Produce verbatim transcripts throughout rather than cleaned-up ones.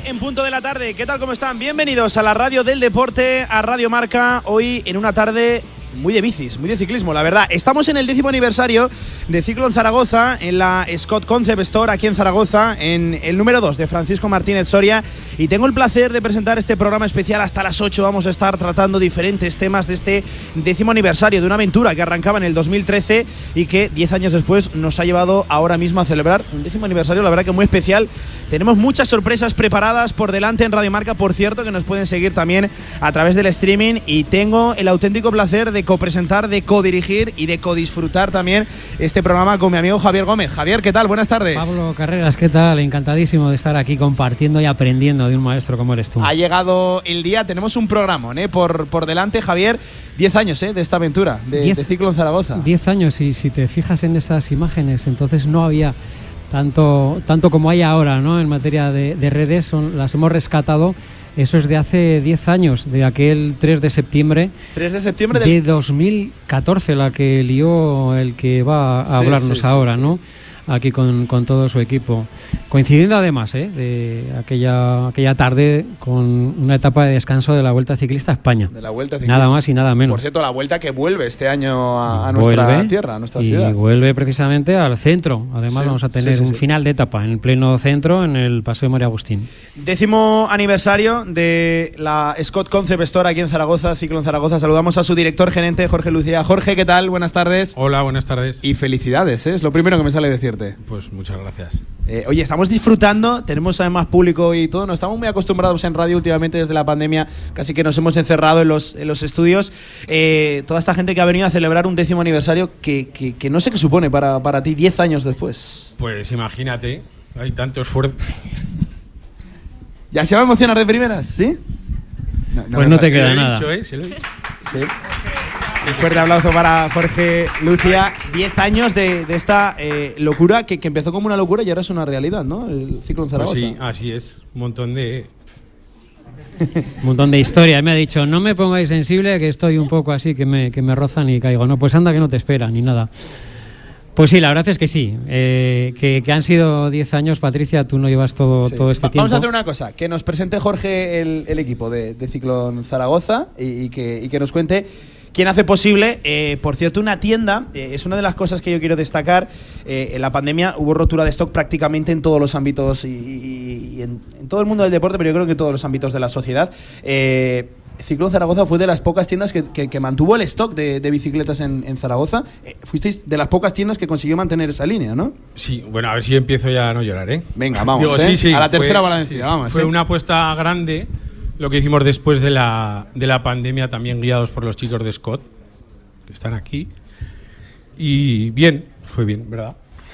En punto de la tarde. ¿Qué tal? ¿Cómo están? Bienvenidos a la radio del deporte, a Radio Marca. Hoy en una tarde muy de bicis, muy de ciclismo, la verdad. Estamos en el décimo aniversario de Ciclón Zaragoza, en la Scott Concept Store aquí en Zaragoza, en el número dos de Francisco Martínez Soria. Y tengo el placer de presentar este programa especial. Hasta las ocho vamos a estar tratando diferentes temas de este décimo aniversario de una aventura que arrancaba en el dos mil trece y que diez años después nos ha llevado ahora mismo a celebrar un décimo aniversario, la verdad que muy especial. Tenemos muchas sorpresas preparadas por delante en Radio Marca, por cierto, que nos pueden seguir también a través del streaming. Y tengo el auténtico placer de copresentar, de codirigir y de codisfrutar también este programa con mi amigo Javier Gómez. Javier, ¿qué tal? Buenas tardes. Pablo Carreras, ¿qué tal? Encantadísimo de estar aquí compartiendo y aprendiendo de un maestro como eres tú. Ha llegado el día, tenemos un programa ¿eh? por, por delante, Javier. Diez años ¿eh? de esta aventura, de, diez, de Ciclón Zaragoza. Diez años, y si te fijas en esas imágenes, entonces no había tanto, tanto como hay ahora, ¿no? En materia de, de redes, son, las hemos rescatado. Eso es de hace diez años, de aquel tres de septiembre. tres de septiembre del... de dos mil catorce, la que lió el que va a sí, hablarnos sí, ahora, sí, sí. ¿no? Aquí con, con todo su equipo. Coincidiendo además ¿eh? de aquella, aquella tarde con una etapa de descanso de la Vuelta Ciclista a España. De la Vuelta Ciclista. Nada más y nada menos. Por cierto, la Vuelta que vuelve este año a, a nuestra vuelve, tierra, a nuestra y ciudad. Y vuelve precisamente al centro. Además sí, vamos a tener sí, sí, un sí. final de etapa en el pleno centro, en el Paseo María Agustín. Décimo aniversario de la Scott Concept Store aquí en Zaragoza, Ciclón Zaragoza. Saludamos a su director gerente, Jorge Lucía. Jorge, ¿qué tal? Buenas tardes. Hola, buenas tardes. Y felicidades, ¿eh? Es lo primero que me sale decirte. Pues muchas gracias. Eh, oye, estamos disfrutando, tenemos además público y todo. No estamos muy acostumbrados en radio últimamente desde la pandemia, casi que nos hemos encerrado en los, en los estudios. Eh, toda esta gente que ha venido a celebrar un décimo aniversario que, que, que no sé qué supone para, para ti diez años después. Pues imagínate, hay tanto esfuerzo. ¿Ya se va a emocionar de primeras? ¿Sí? No, no pues no te queda nada. Dicho, ¿eh? Se lo he dicho. Sí. Un fuerte aplauso para Jorge Lucía. Diez años de, de esta eh, locura que, que empezó como una locura y ahora es una realidad, ¿no? El Ciclón Zaragoza. Pues sí, así es. Un montón de... un montón de historias. Me ha dicho, no me pongáis sensible, que estoy un poco así, que me, que me rozan y caigo. No, pues anda que no te espera, ni nada. Pues sí, la verdad es que sí. Eh, que, que han sido diez años, Patricia, tú no llevas todo, sí. todo este Va, tiempo. Vamos a hacer una cosa, que nos presente Jorge el, el equipo de, de Ciclón Zaragoza y, y, que, y que nos cuente quién hace posible, eh, por cierto, una tienda. Eh, es una de las cosas que yo quiero destacar. Eh, en la pandemia hubo rotura de stock prácticamente en todos los ámbitos y, y, y en, en todo el mundo del deporte, pero yo creo que en todos los ámbitos de la sociedad. Eh, Ciclón Zaragoza fue de las pocas tiendas que, que, que mantuvo el stock de, de bicicletas en, en Zaragoza. Eh, fuisteis de las pocas tiendas que consiguió mantener esa línea, ¿no? Sí, bueno, a ver si empiezo ya a no llorar, ¿eh? Venga, vamos, Digo, ¿eh? sí, sí, a la tercera fue, Valencia, sí, vamos. Fue ¿eh? una apuesta grande lo que hicimos después de la, de la pandemia, también guiados por los chicos de Scott, que están aquí. Y bien, fue bien, ¿verdad?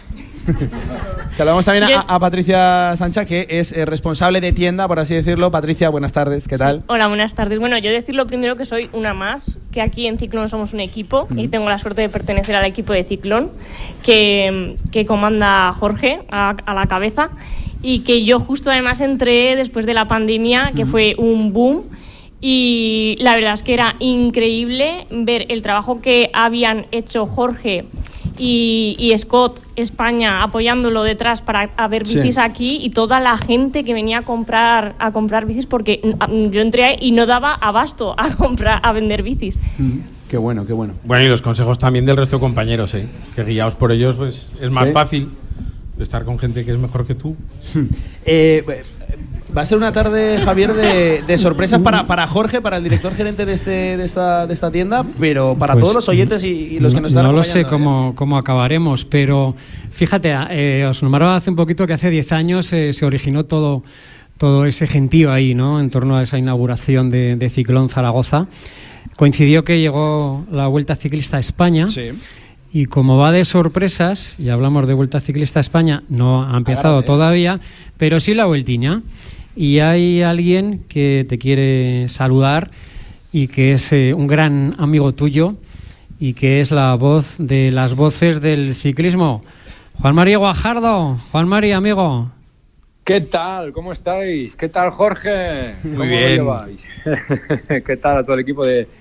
Saludamos también a, a Patricia Sancha, que es eh, responsable de tienda, por así decirlo. Patricia, buenas tardes, ¿qué tal? Sí. Hola, buenas tardes. Bueno, yo decirlo primero que soy una más, que aquí en Ciclón somos un equipo mm. y tengo la suerte de pertenecer al equipo de Ciclón, que, que comanda Jorge a, a la cabeza, y que yo justo además entré después de la pandemia, que mm. fue un boom. Y la verdad es que era increíble ver el trabajo que habían hecho Jorge y, y Scott España apoyándolo detrás para haber bicis sí. aquí, y toda la gente que venía a comprar a comprar bicis, porque yo entré y no daba abasto a comprar a vender bicis. Mm, qué bueno, qué bueno. Bueno, y los consejos también del resto de compañeros, ¿eh? Que guiados por ellos pues es más ¿Sí? fácil estar con gente que es mejor que tú. eh, Va a ser una tarde, Javier, de, de sorpresas para, para Jorge, para el director gerente de, este, de, esta, de esta tienda, pero para pues, todos los oyentes y, y los que nos están no acompañando. No lo sé cómo, cómo acabaremos, pero fíjate, eh, os nombraba hace un poquito que hace diez años eh, se originó todo, todo ese gentío ahí, ¿no? En torno a esa inauguración de, de Ciclón Zaragoza. Coincidió que llegó la Vuelta Ciclista a España. Sí. Y como va de sorpresas, y hablamos de Vuelta Ciclista a España, no ha empezado Agárrate. todavía, pero sí la vueltiña. Y hay alguien que te quiere saludar y que es eh, un gran amigo tuyo y que es la voz de las voces del ciclismo. Juan María Guajardo. Juan María, amigo. ¿Qué tal? ¿Cómo estáis? ¿Qué tal, Jorge? Muy ¿Cómo bien. lo lleváis? ¿Qué tal a todo el equipo de,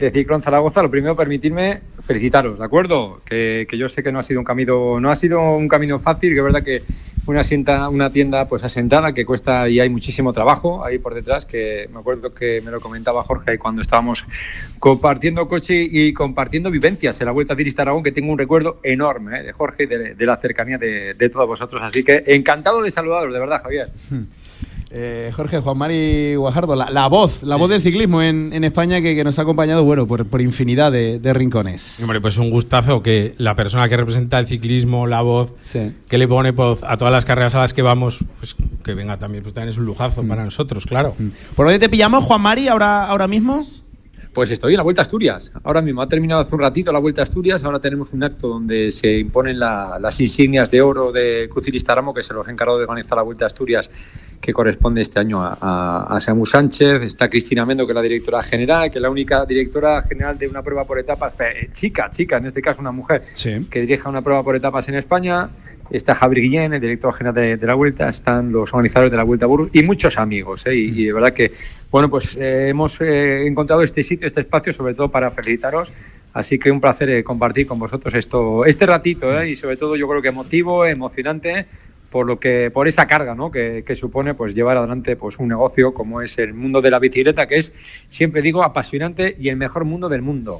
de Ciclón Zaragoza, lo primero permitirme felicitaros, ¿de acuerdo? Que, que yo sé que no ha sido un camino, no ha sido un camino fácil, que es verdad que una, asienta, una tienda pues asentada que cuesta y hay muchísimo trabajo ahí por detrás, que me acuerdo que me lo comentaba Jorge cuando estábamos compartiendo coche y compartiendo vivencias en la Vuelta a Iris Aragón, que tengo un recuerdo enorme ¿eh? de Jorge y de, de la cercanía de, de todos vosotros, así que encantado de saludaros, de verdad, Javier. Hmm. Eh, Jorge, Juan Mari Guajardo, la, la voz, la sí. voz del ciclismo en, en España que, que nos ha acompañado, bueno, por, por infinidad de, de rincones. Hombre, pues un gustazo que la persona que representa el ciclismo, la voz, sí. que le pone voz a todas las carreras a las que vamos, pues que venga también, pues también es un lujazo mm. para nosotros, claro. Mm. ¿Por dónde te pillamos, Juan Mari, ahora, ahora mismo? Pues estoy en la Vuelta a Asturias. Ahora mismo ha terminado hace un ratito la Vuelta a Asturias. Ahora tenemos un acto donde se imponen la, las insignias de oro de Cruz Iris Aragón, que se los encargó de organizar la Vuelta a Asturias, que corresponde este año a, a, a Samu Sánchez. Está Cristina Mendo, que es la directora general, que es la única directora general de una prueba por etapas, eh, chica, chica, en este caso una mujer, sí. que dirige una prueba por etapas en España. Está Javier Guillén, el director general de, de la Vuelta, están los organizadores de la Vuelta a Burgos y muchos amigos, ¿eh? y, y de verdad que, bueno, pues eh, hemos eh, encontrado este sitio, este espacio, sobre todo para felicitaros, así que un placer eh, compartir con vosotros esto, este ratito, ¿eh? y sobre todo yo creo que emotivo, emocionante, por lo que por esa carga, ¿no? que, que supone pues llevar adelante pues un negocio como es el mundo de la bicicleta, que es, siempre digo, apasionante y el mejor mundo del mundo.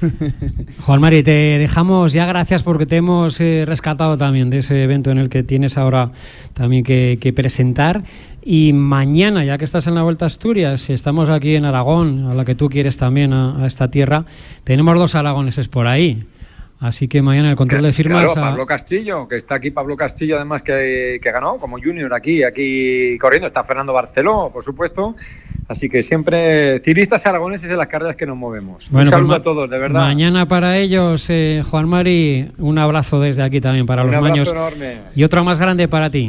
Juan Mari, te dejamos ya, gracias porque te hemos eh, rescatado también de ese evento en el que tienes ahora también que, que presentar. Y mañana, ya que estás en la Vuelta a Asturias, si estamos aquí en Aragón, a la que tú quieres también, a, a esta tierra, tenemos dos aragoneses por ahí. Así que mañana el control de firmas... Claro, Pablo a... Castillo, que está aquí Pablo Castillo, además que, que ganó como junior aquí, aquí corriendo. Está Fernando Barceló, por supuesto. Así que siempre ciclistas aragoneses en las carreras que nos movemos. Bueno, un saludo pues, a todos, de verdad. Mañana para ellos, eh, Juan Mari, un abrazo desde aquí también para un los maños. Enorme. Y otro más grande para ti.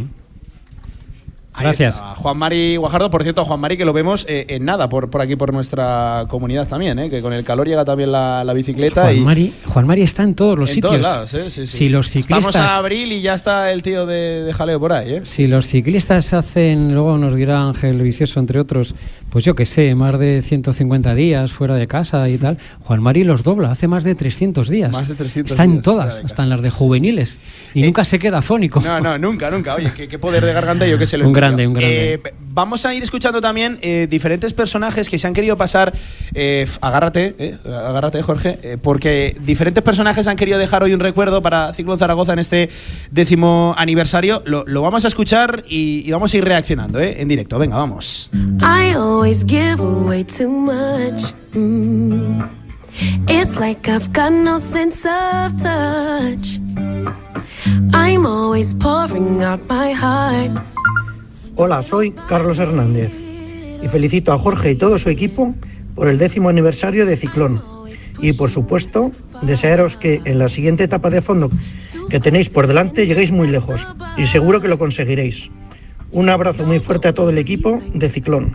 Gracias. Juan Mari Guajardo, por cierto, Juan Mari, que lo vemos eh, en nada por, por aquí, por nuestra comunidad también, eh, que con el calor llega también la, la bicicleta. Juan, y Mari, Juan Mari está en todos los en sitios. En todos lados, eh, sí, sí. Si los ciclistas, estamos a abril y ya está el tío de, de jaleo por ahí. Eh. Si los ciclistas hacen, luego nos dirá Ángel Vicioso, entre otros, pues yo que sé, más de ciento cincuenta días fuera de casa y tal, Juan Mari los dobla, hace más de trescientos días. Más de trescientos está días en todas, hasta en las de juveniles. Y eh, nunca se queda afónico. No, no, nunca, nunca. Oye, qué, qué poder de garganta, yo que se lo Un grande, un grande. Eh, Vamos a ir escuchando también eh, diferentes personajes que se han querido pasar. Eh, agárrate, eh, agárrate, Jorge, eh, porque diferentes personajes han querido dejar hoy un recuerdo para Ciclón Zaragoza en este décimo aniversario. Lo, lo vamos a escuchar y, y vamos a ir reaccionando eh, en directo. Venga, vamos. I always give away too much. Mm. It's like I've got no sense of touch. I'm always pouring out my heart. Hola, soy Carlos Hernández y felicito a Jorge y todo su equipo por el décimo aniversario de Ciclón. Y por supuesto, desearos que en la siguiente etapa de fondo que tenéis por delante lleguéis muy lejos y seguro que lo conseguiréis. Un abrazo muy fuerte a todo el equipo de Ciclón.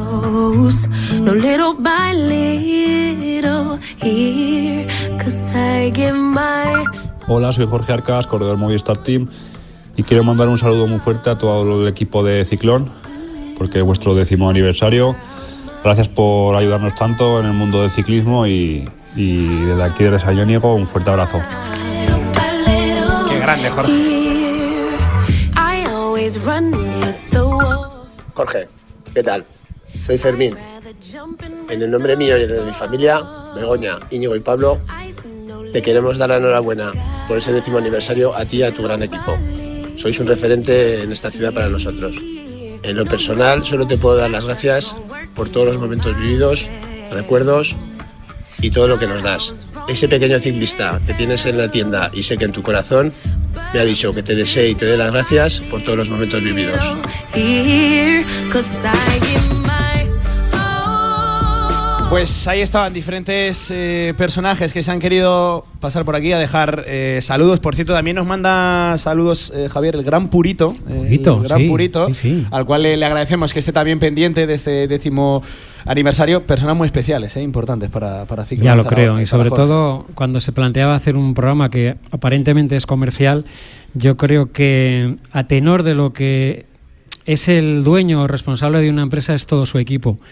Hola, soy Jorge Arcas, corredor Movistar Team. Y quiero mandar un saludo muy fuerte a todo el equipo de Ciclón, porque es vuestro décimo aniversario. Gracias por ayudarnos tanto en el mundo del ciclismo y, y desde aquí, desde Sayónigo, un fuerte abrazo. Qué grande, Jorge. Jorge, ¿qué tal? Soy Fermín. En el nombre mío y en el de mi familia, Begoña, Íñigo y Pablo, te queremos dar la enhorabuena por ese décimo aniversario a ti y a tu gran equipo. Sois un referente en esta ciudad para nosotros. En lo personal, solo te puedo dar las gracias por todos los momentos vividos, recuerdos y todo lo que nos das. Ese pequeño ciclista que tienes en la tienda y sé que en tu corazón me ha dicho que te desee y te dé las gracias por todos los momentos vividos. Pues ahí estaban diferentes eh, personajes que se han querido pasar por aquí a dejar eh, saludos. Por cierto, también nos manda saludos eh, Javier, el gran Purito, eh, Purito el gran sí, Purito, sí, sí. al cual le, le agradecemos que esté también pendiente de este décimo aniversario. Personas muy especiales, eh, importantes para, para Ciclón. Ya lo creo, y sobre todo cuando se planteaba hacer un programa que aparentemente es comercial, yo creo que a tenor de lo que es el dueño o responsable de una empresa es todo su equipo.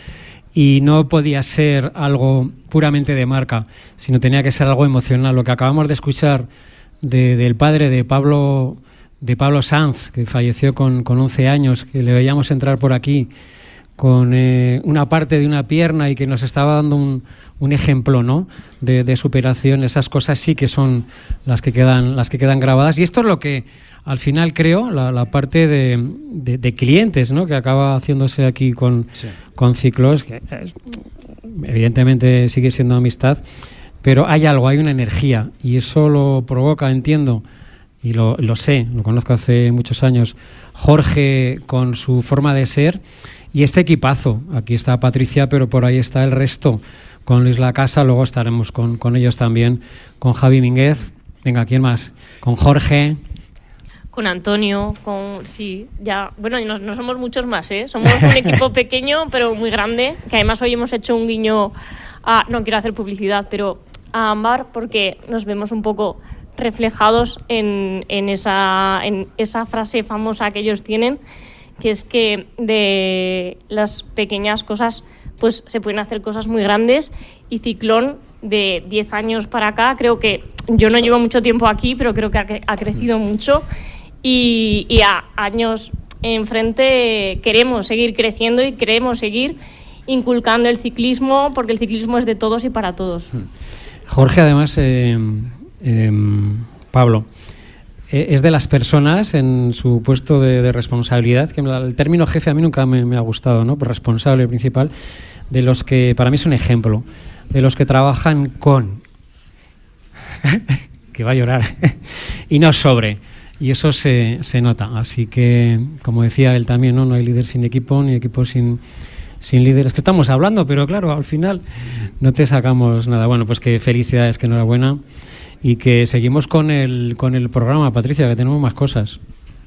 y no podía ser algo puramente de marca, sino tenía que ser algo emocional. Lo que acabamos de escuchar de, del padre de Pablo, de Pablo Sanz, que falleció con, con once años, que le veíamos entrar por aquí con eh, una parte de una pierna y que nos estaba dando un, un ejemplo, ¿no?, de, de superación. Esas cosas sí que son las que quedan, las que quedan grabadas. Y esto es lo que, al final, creo, la, la parte de, de, de clientes, ¿no?, que acaba haciéndose aquí con, sí. con Ciclos, que es, evidentemente sigue siendo amistad, pero hay algo, hay una energía, y eso lo provoca, entiendo, y lo, lo sé, lo conozco hace muchos años, Jorge con su forma de ser. Y este equipazo, aquí está Patricia, pero por ahí está el resto, con Luis Lacasa, luego estaremos con, con ellos también, con Javi Mínguez, venga, ¿quién más? Con Jorge. Con Antonio, con, sí, ya, bueno, no, no somos muchos más, ¿eh? Somos un equipo pequeño, pero muy grande, que además hoy hemos hecho un guiño a, no quiero hacer publicidad, pero a Ámbar, porque nos vemos un poco reflejados en, en, esa, en esa frase famosa que ellos tienen, que es que de las pequeñas cosas pues se pueden hacer cosas muy grandes, y Ciclón de diez años para acá, creo que, yo no llevo mucho tiempo aquí, pero creo que ha, ha crecido mucho, y, y a años enfrente queremos seguir creciendo y queremos seguir inculcando el ciclismo, porque el ciclismo es de todos y para todos. Jorge, además, eh, eh, Pablo, es de las personas en su puesto de, de responsabilidad, que el término jefe a mí nunca me, me ha gustado, ¿no? Por responsable principal, de los que, para mí es un ejemplo, de los que trabajan con, que va a llorar, y no sobre, y eso se, se nota. Así que, como decía él también, ¿no? No hay líder sin equipo, ni equipo sin, sin líderes, que estamos hablando, pero claro, al final no te sacamos nada. Bueno, pues que felicidades, que enhorabuena. Y que seguimos con el con el programa, Patricia, que tenemos más cosas.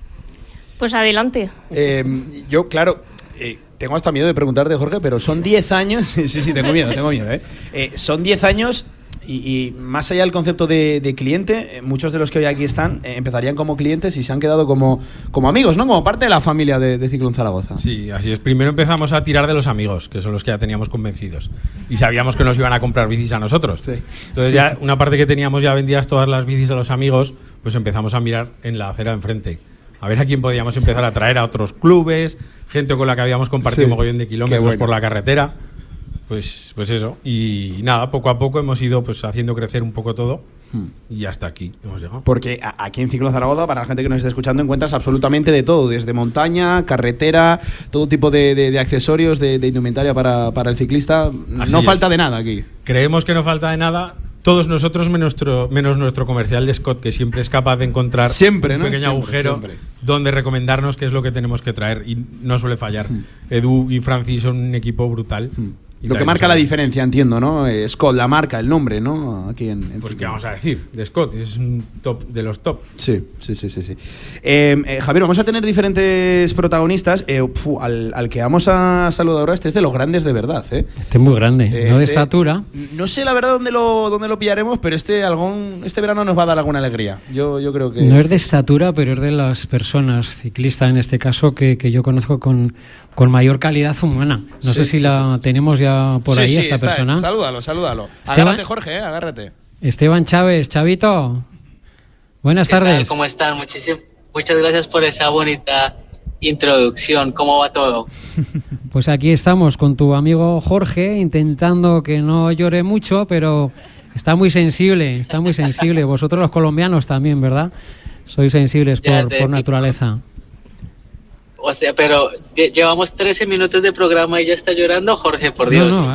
Pues adelante. Eh, yo, claro, eh, tengo hasta miedo de preguntarte, Jorge, pero son diez años. Sí, sí, tengo miedo, tengo miedo. ¿eh? Eh, son diez años y, y más allá del concepto de, de cliente, eh, muchos de los que hoy aquí están eh, empezarían como clientes y se han quedado como, como amigos, ¿no? Como parte de la familia de, de Ciclón Zaragoza. Sí, así es. Primero empezamos a tirar de los amigos, que son los que ya teníamos convencidos. Y sabíamos que nos iban a comprar bicis a nosotros. Sí. Entonces ya una parte que teníamos ya vendidas todas las bicis a los amigos, pues empezamos a mirar en la acera de enfrente. A ver a quién podíamos empezar a traer a otros clubes, gente con la que habíamos compartido sí. un mogollón de kilómetros bueno. por la carretera. Pues, pues eso, y nada, poco a poco hemos ido pues haciendo crecer un poco todo hmm. y hasta aquí hemos llegado. Porque aquí en Ciclón Zaragoza, para la gente que nos esté escuchando, encuentras absolutamente de todo, desde montaña, carretera, todo tipo de, de, de accesorios, de, de indumentaria para, para el ciclista. Así no es. Falta de nada aquí. Creemos que no falta de nada. Todos nosotros, menos nuestro, menos nuestro comercial de Scott, que siempre es capaz de encontrar siempre, un ¿no? pequeño siempre, agujero siempre. donde recomendarnos qué es lo que tenemos que traer, y no suele fallar. Hmm. Edu y Francis son un equipo brutal. Hmm. Lo que marca la diferencia, entiendo, ¿no? Eh, Scott, la marca, el nombre, ¿no? Aquí en, en Pues qué vamos a decir, de Scott, es un top de los top. Sí, sí, sí, sí. sí. Eh, eh, Javier, vamos a tener diferentes protagonistas. Eh, pfu, al, al que vamos a saludar ahora, este es de los grandes de verdad, ¿eh? Este es muy grande, eh, no este, de estatura. No sé la verdad dónde lo, dónde lo pillaremos, pero este, algún, este verano nos va a dar alguna alegría. Yo, yo creo que... No es de estatura, pero es de las personas, ciclistas en este caso, que, que yo conozco con... con mayor calidad humana. No sí, sé si sí, la sí. tenemos ya por sí, ahí, sí, esta está, persona. Salúdalo, salúdalo. Esteban, agárrate, Jorge, eh, agárrate. Esteban Chávez, Chavito. Buenas ¿Qué tardes. Tal? ¿Cómo están? Muchísimas, muchas gracias por esa bonita introducción. ¿Cómo va todo? Pues aquí estamos con tu amigo Jorge, intentando que no llore mucho, pero está muy sensible, está muy sensible. Vosotros los colombianos también, ¿verdad? Sois sensibles por, por naturaleza. O sea, pero llevamos trece minutos de programa y ya está llorando, Jorge, por Dios. No, no,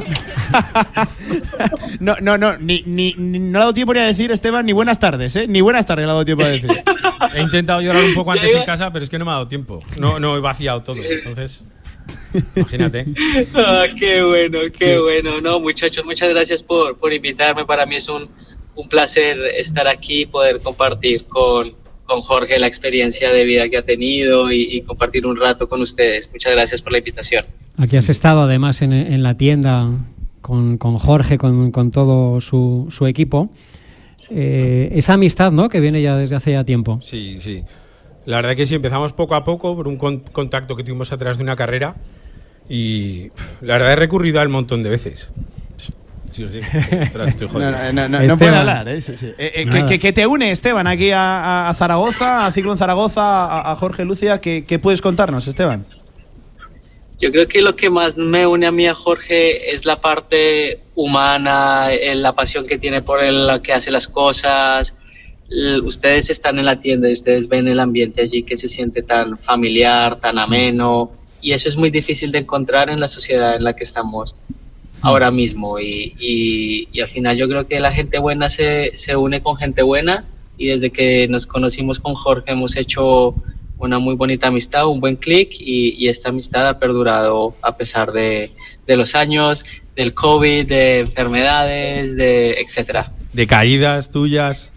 no, no, no ni, ni, ni no le ha dado tiempo ni a decir, Esteban, ni buenas tardes, ¿eh? Ni buenas tardes le ha dado tiempo a decir. He intentado llorar un poco antes en casa, pero es que no me ha dado tiempo. No, no he vaciado todo, entonces... Imagínate. Ah, qué bueno, qué sí. bueno. No, muchachos, muchas gracias por, por invitarme. Para mí es un, un placer estar aquí y poder compartir con... con Jorge la experiencia de vida que ha tenido y, y compartir un rato con ustedes. Muchas gracias por la invitación. Aquí has estado además en, en la tienda con, con Jorge, con, con todo su, su equipo. Eh, esa amistad, ¿no?, que viene ya desde hace ya tiempo. Sí, sí. La verdad que sí, empezamos poco a poco por un con- contacto que tuvimos a través de una carrera Y la verdad he recurrido a él un montón de veces. Sí, sí. Ostras, estoy jodido. No, no, no, no puede hablar, ¿eh? Sí, sí. Eh, eh, ¿qué, qué, ¿Qué te une, Esteban, aquí a, a Zaragoza, a Ciclón Zaragoza, a, a Jorge Lucia? ¿Qué, ¿Qué puedes contarnos, Esteban? Yo creo que lo que más me une a mí a Jorge es la parte humana, la pasión que tiene por el que hace las cosas. Ustedes están en la tienda y ustedes ven el ambiente allí que se siente tan familiar, tan ameno, y eso es muy difícil de encontrar en la sociedad en la que estamos ahora mismo. Y, y, y al final yo creo que la gente buena se, se une con gente buena, y desde que nos conocimos con Jorge hemos hecho una muy bonita amistad, un buen clic, y, y esta amistad ha perdurado a pesar de, de los años, del COVID, de enfermedades, de etcétera. De caídas tuyas.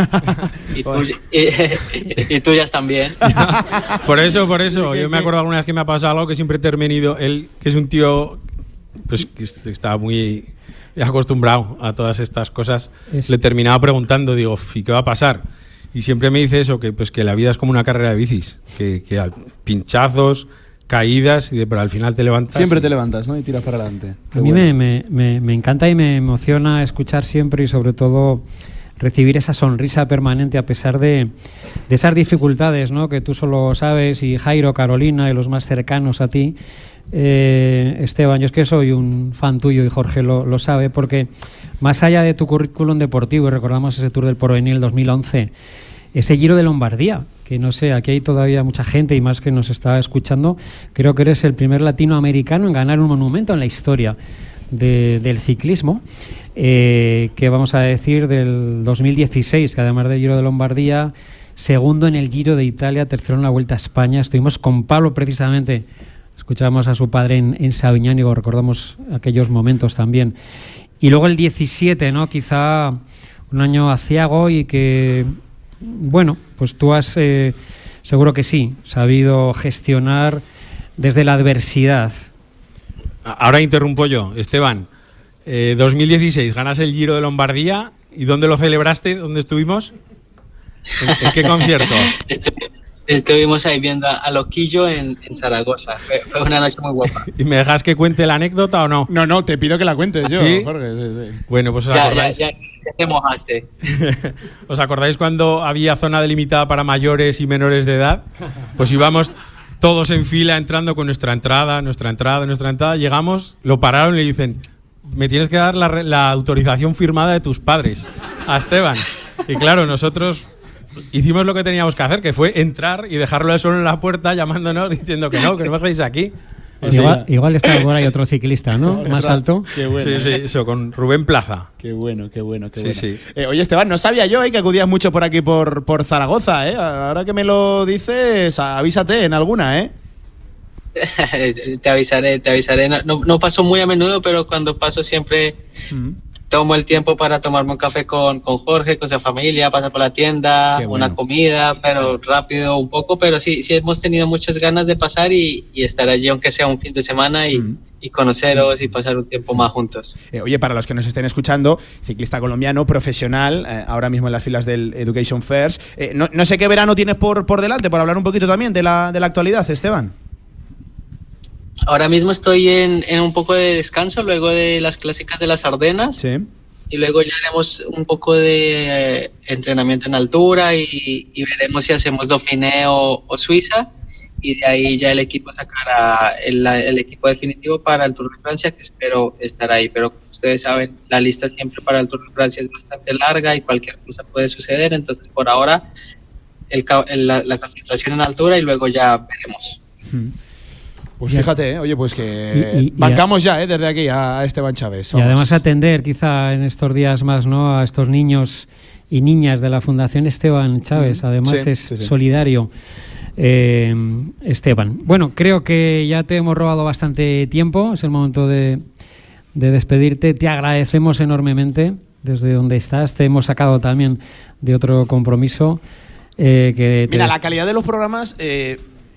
y, tuya, y, y tuyas también. Por eso, por eso. Yo me acuerdo alguna vez que me ha pasado algo que siempre he terminado. Él, que es un tío pues, que está muy acostumbrado a todas estas cosas, es... le terminaba preguntando, digo, ¿y qué va a pasar? Y siempre me dice eso, que pues que la vida es como una carrera de bicis, que, que al pinchazos, caídas, y de, pero al final te levantas. Siempre y... te levantas, ¿no? Y tiras para adelante. Qué a mí bueno. me, me, me encanta y me emociona escuchar siempre, y sobre todo recibir esa sonrisa permanente a pesar de, de esas dificultades, ¿no? Que tú solo sabes, y Jairo, Carolina y los más cercanos a ti. Eh, Esteban, yo es que soy un fan tuyo, y Jorge lo, lo sabe, porque más allá de tu currículum deportivo, y recordamos ese Tour del Porvenir el dos mil once, ese Giro de Lombardía, que no sé, aquí hay todavía mucha gente y más que nos está escuchando, creo que eres el primer latinoamericano en ganar un monumento en la historia de, del ciclismo, eh, que vamos a decir del dos mil dieciséis, que además del Giro de Lombardía, segundo en el Giro de Italia, tercero en la Vuelta a España. Estuvimos con Pablo precisamente, escuchábamos a su padre en, en Sabiñánigo, recordamos aquellos momentos también. Y luego el diecisiete, ¿no? Quizá un año aciago, y que, bueno, pues tú has, eh, seguro que sí, sabido gestionar desde la adversidad. Ahora interrumpo yo, Esteban. Eh, dos mil dieciséis, ganas el Giro de Lombardía. ¿Y dónde lo celebraste? ¿Dónde estuvimos? ¿En, en qué concierto? Estuvimos ahí viendo a Loquillo en, en Zaragoza. Fue, fue una noche muy guapa. ¿Y me dejas que cuente la anécdota o no? No, no, te pido que la cuentes yo, ¿Sí? Jorge. Sí, sí. Bueno, pues os ya, acordáis. Ya, ya, ya te mojaste. ¿Os acordáis cuando había zona delimitada para mayores y menores de edad? Pues íbamos todos en fila entrando con nuestra entrada, nuestra entrada, nuestra entrada. Llegamos, lo pararon y le dicen: me tienes que dar la, la autorización firmada de tus padres a Esteban. Y claro, nosotros hicimos lo que teníamos que hacer, que fue entrar y dejarlo solo en la puerta llamándonos diciendo que no, que no me dejéis aquí. Pues igual, igual está por ahí otro ciclista, ¿no? Más alto. Qué bueno. Sí, sí, eso, con Rubén Plaza. Qué bueno, qué bueno, qué sí, bueno. Sí. Eh, oye, Esteban, no sabía yo eh, que acudías mucho por aquí, por, por Zaragoza, ¿eh? Ahora que me lo dices, avísate en alguna, ¿eh? Te avisaré, te avisaré. No, no, no paso muy a menudo, pero cuando paso siempre uh-huh. tomo el tiempo para tomarme un café con, con Jorge, con su familia, pasar por la tienda, bueno. una comida, pero rápido un poco. Pero sí, sí hemos tenido muchas ganas de pasar y, y estar allí, aunque sea un fin de semana, y, uh-huh. y conoceros y pasar un tiempo más juntos. Eh, oye, para los que nos estén escuchando, ciclista colombiano, profesional, eh, ahora mismo en las filas del Education First. Eh, no, no sé qué verano tienes por, por delante, por hablar un poquito también de la, de la actualidad, Esteban. Ahora mismo estoy en, en un poco de descanso luego de las clásicas de las Ardenas. Sí. Y luego ya haremos un poco de eh, entrenamiento en altura y, y veremos si hacemos Dauphiné o, o Suiza. Y de ahí ya el equipo sacará el, el equipo definitivo para el Tour de Francia, que espero estar ahí. Pero como ustedes saben, la lista siempre para el Tour de Francia es bastante larga y cualquier cosa puede suceder. Entonces, por ahora, el, el, la, la concentración en altura y luego ya veremos. Hmm. Pues fíjate, ¿eh? Oye, pues que y, y, bancamos y a, ya, ¿eh? Desde aquí a Esteban Chávez. Vamos. Y además atender quizá en estos días más, ¿no? A estos niños y niñas de la Fundación Esteban Chávez. Además sí, es sí, sí. solidario. Eh, Esteban. Bueno, creo que ya te hemos robado bastante tiempo. Es el momento de, de despedirte. Te agradecemos enormemente desde donde estás. Te hemos sacado también de otro compromiso. Eh, que te... Mira, la calidad de los programas... Eh,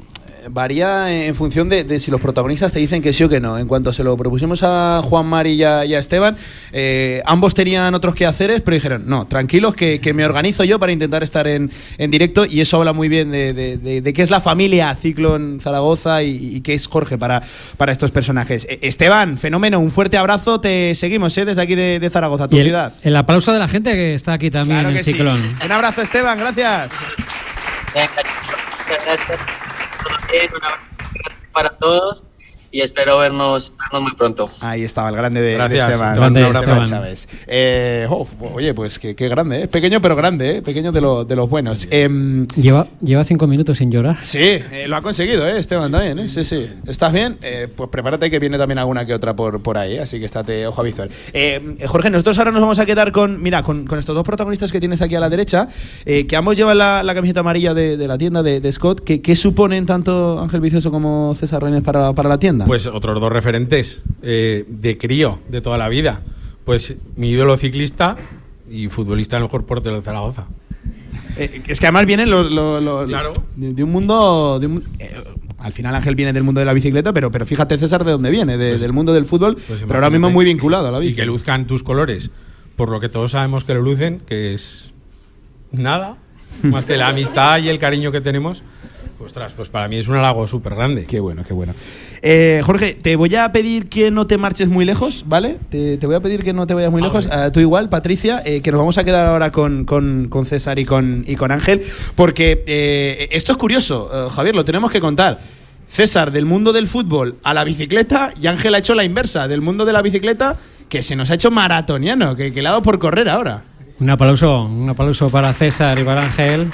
varía en función de, de si los protagonistas te dicen que sí o que no. En cuanto se lo propusimos a Juan Mari y a, y a Esteban, eh, ambos tenían otros quehaceres, pero dijeron, no, tranquilos, que, que me organizo yo para intentar estar en, en directo, y eso habla muy bien de, de, de, de qué es la familia Ciclón Zaragoza y, y qué es Jorge para, para estos personajes. Eh, Esteban, fenómeno, un fuerte abrazo, te seguimos eh, desde aquí de, de Zaragoza, tu y el, ciudad. El aplauso de la gente que está aquí también claro en que el Ciclón. Sí. Un abrazo, Esteban, gracias. Venga, muchas gracias. Todo bien, un abrazo para todos y espero vernos, vernos muy pronto. Ahí estaba el grande de, Gracias, de Esteban. Esteban, Un abrazo, Esteban. Chávez. Eh, oh, oye, pues qué, qué grande, ¿eh? Pequeño pero grande, ¿eh? Pequeño de, lo, de los buenos. Eh, Lleva, lleva cinco minutos sin llorar. sí, eh, lo ha conseguido, ¿eh? Esteban también, ¿eh? Sí, sí. ¿Estás bien? Eh, pues prepárate que viene también alguna que otra por, por ahí, ¿eh? Así que estate ojo a visual. Eh, Jorge, nosotros ahora nos vamos a quedar con, mira, con, con estos dos protagonistas que tienes aquí a la derecha, eh, que ambos llevan la, la camiseta amarilla de, de la tienda de, de Scott. ¿Qué, ¿Qué suponen tanto Ángel Vicioso como César Reynés para, para la tienda? Pues otros dos referentes eh, de crío de toda la vida. Pues mi ídolo ciclista y futbolista, el mejor portero de Zaragoza. Eh, es que además vienen los, los, los Claro. de, de un mundo, de un, eh, al final Ángel viene del mundo de la bicicleta, pero, pero fíjate César de dónde viene, de, Pues- del mundo del fútbol, Pues pero ahora mismo imagínate. muy vinculado a la bici. Y que luzcan tus colores, por lo que todos sabemos que lo lucen, que es nada, más que la amistad y el cariño que tenemos. Ostras, pues para mí es un halago súper grande. Qué bueno, qué bueno. Eh, Jorge, te voy a pedir que no te marches muy lejos, ¿vale? Te, te voy a pedir que no te vayas muy Ah, lejos. vale. Uh, tú igual, Patricia, eh, que nos vamos a quedar ahora con, con, con César y con, y con Ángel, porque eh, esto es curioso, uh, Javier, lo tenemos que contar. César, del mundo del fútbol a la bicicleta, y Ángel ha hecho la inversa, del mundo de la bicicleta, que se nos ha hecho maratoniano, que, que le ha dado por correr ahora. Un aplauso, un aplauso para César y para Ángel.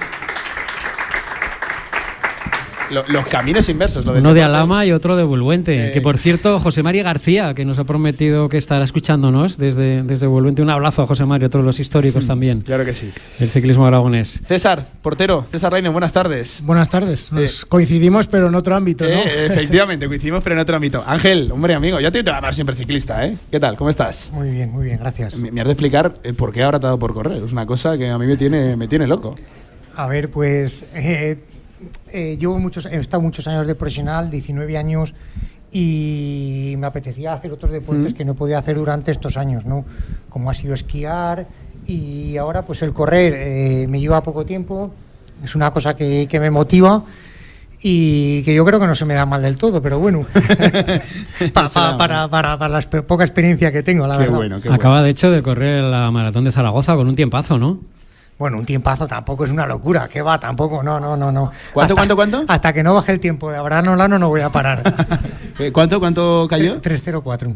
Lo, los caminos inversos. Lo del Uno de deporte. Alhama y otro de Buluente. Eh. Que por cierto, José María García, que nos ha prometido que estará escuchándonos desde, desde Buluente. Un abrazo a José María, otro de los históricos también Claro que sí. del ciclismo aragonés. César, portero, César Reynés, buenas tardes. Buenas tardes. Nos Eh, coincidimos, pero en otro ámbito, ¿no? Eh, efectivamente, coincidimos, pero en otro ámbito. Ángel, hombre amigo, ya te voy a llamar siempre ciclista, ¿eh? ¿Qué tal? ¿Cómo estás? Muy bien, muy bien, gracias. Me, me has de explicar el por qué ahora te ha dado por correr. Es una cosa que a mí me tiene, me tiene loco. A ver, pues eh, eh, llevo muchos, he estado muchos años de profesional, diecinueve años, y me apetecía hacer otros deportes Mm. que no podía hacer durante estos años, ¿no? Como ha sido esquiar, y ahora pues el correr eh, me lleva poco tiempo, es una cosa que, que me motiva. Y que yo creo que no se me da mal del todo, pero bueno, pa, pa, para, para, para la espe- poca experiencia que tengo, la Qué verdad. bueno, qué Acaba bueno. de hecho de correr la maratón de Zaragoza con un tiempazo, ¿no? Bueno, un tiempazo tampoco es una locura, ¿qué va? Tampoco, no, no, no, no. ¿Cuánto, Hasta- cuánto, cuánto? Hasta que no baje el tiempo de Abraham Olano no voy a parar. Eh, ¿Cuánto, cuánto cayó? tres cero cuatro.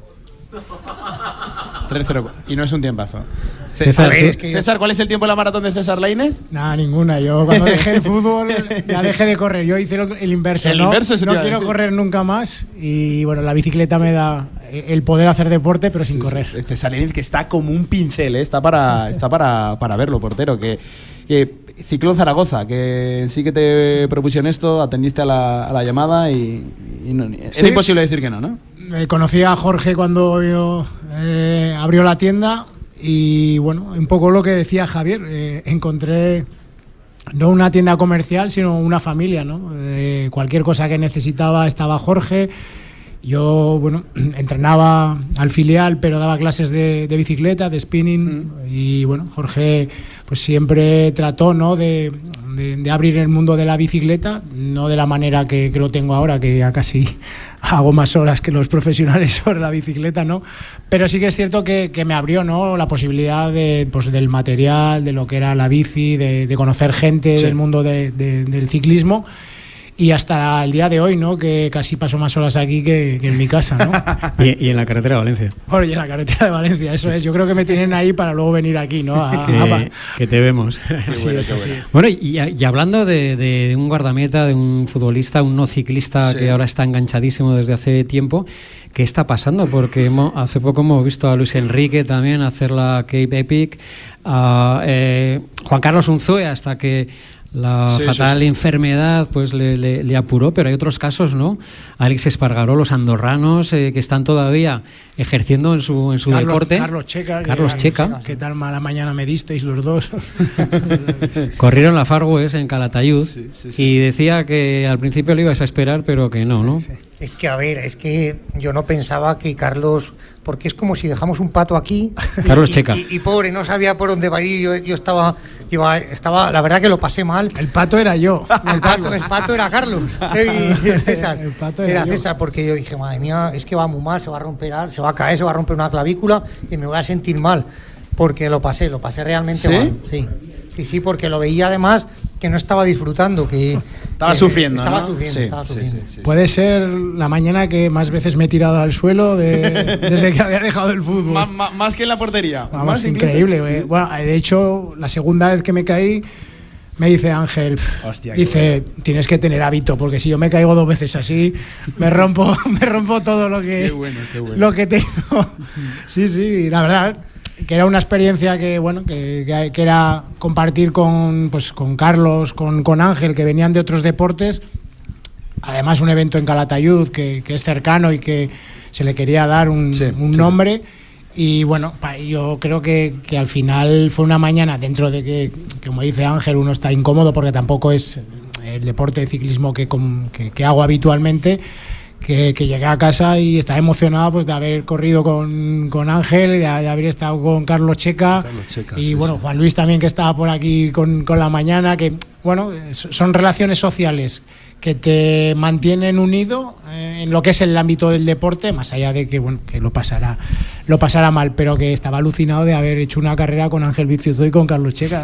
tres cero. Y no es un tiempazo. C- César, A ver, tú- es que- César, ¿cuál es el tiempo de la maratón de César Lainez? Nada, ninguna. Yo cuando dejé el fútbol ya dejé de correr. Yo hice el, el inverso. El ¿no? inverso, eso te no iba a quiero decir. correr nunca más. Y bueno, la bicicleta me da el poder hacer deporte, pero sin correr. César Lainez, que está como un pincel, ¿eh? Está para, está para, para verlo, portero. Que, que Ciclón Zaragoza, que sí que te propusieron esto, atendiste a la, a la llamada y, y no, era Sí. imposible decir que no, ¿no? Eh, conocí a Jorge cuando yo, eh, abrió la tienda y bueno, un poco lo que decía Javier, eh, encontré no una tienda comercial, sino una familia, ¿no? Eh, cualquier cosa que necesitaba estaba Jorge. Yo, bueno, entrenaba al filial, pero daba clases de, de bicicleta, de spinning, Mm. y bueno, Jorge pues siempre trató, ¿no?, de, de, de abrir el mundo de la bicicleta, no de la manera que, que lo tengo ahora, que ya casi hago más horas que los profesionales sobre la bicicleta, ¿no? Pero sí que es cierto que, que me abrió, ¿no?, la posibilidad de, pues, del material, de lo que era la bici, de, de conocer gente Sí. del mundo de, de, del ciclismo. Y hasta el día de hoy, ¿no?, que casi paso más horas aquí que, que en mi casa, ¿no? Y, y en la carretera de Valencia. Bueno, y en la carretera de Valencia, eso es. Yo creo que me tienen ahí para luego venir aquí, ¿no? A- a- Que, que te vemos. Así es, así es. Bueno, y, y hablando de, de un guardameta, de un futbolista, un no ciclista Sí. que ahora está enganchadísimo desde hace tiempo, ¿qué está pasando? Porque hemos- hace poco hemos visto a Luis Enrique también hacer la Cape Epic, a eh, Juan Carlos Unzué, hasta que la sí, fatal sí, sí. enfermedad pues le, le, le apuró, pero hay otros casos, ¿no? Alex Espargaró, los andorranos eh, que están todavía ejerciendo en su, en su Carlos, deporte. Carlos Checa. Carlos que, Checa. ¿Qué tal mala mañana me disteis los dos? Corrieron la Far West en Calatayud sí, sí, sí, y sí. decía que al principio lo ibas a esperar, pero que no, ¿no? Sí. Es que, a ver, es que yo no pensaba que Carlos, porque es como si dejamos un pato aquí. Y, Carlos y, Checa. Y, y pobre, no sabía por dónde va a ir. Yo, yo estaba, iba, estaba, la verdad que lo pasé mal. El pato era yo. El pato, el pato era Carlos. Y César. El pato era Era yo. César, porque yo dije, madre mía, es que va muy mal, se va a romper, se va a caer, se va a romper una clavícula y me voy a sentir mal. Porque lo pasé, lo pasé realmente ¿Sí? mal. Sí. Sí, sí, porque lo veía además que no estaba disfrutando, que Estaba que sufriendo, Estaba ¿no? sufriendo, Sí, estaba sí, sufriendo. sí, sí. Puede ser la mañana que más veces me he tirado al suelo de- desde que había dejado el fútbol. Má- má- más que en la portería. Vamos, Más incluso. increíble. Sí. eh. Bueno, de hecho, la segunda vez que me caí, me dice Ángel, Hostia, qué dice, tienes que tener hábito, porque si yo me caigo dos veces así, me rompo, me rompo todo lo que, Qué bueno, qué bueno. lo que tengo. Sí, sí, la verdad que era una experiencia que bueno que, que, que era compartir con pues con Carlos, con, con Ángel, que venían de otros deportes. Además, un evento en Calatayud que, que es cercano y que se le quería dar un, Sí, un sí. nombre. Y bueno, pa- yo creo que, que al final fue una mañana, dentro de que, como dice Ángel, uno está incómodo porque tampoco es el deporte de ciclismo que, com- que, que hago habitualmente, que, que llegué a casa y estaba emocionado pues de haber corrido con, con Ángel, de, de haber estado con Carlos Checa, Carlos Checa, y sí, bueno, sí. Juan Luis también, que estaba por aquí con, con la mañana, que bueno, son relaciones sociales que te mantienen unido eh, en lo que es el ámbito del deporte, más allá de que bueno que lo pasará lo pasará mal, pero que estaba alucinado de haber hecho una carrera con Ángel Vicioso y con Carlos Checa.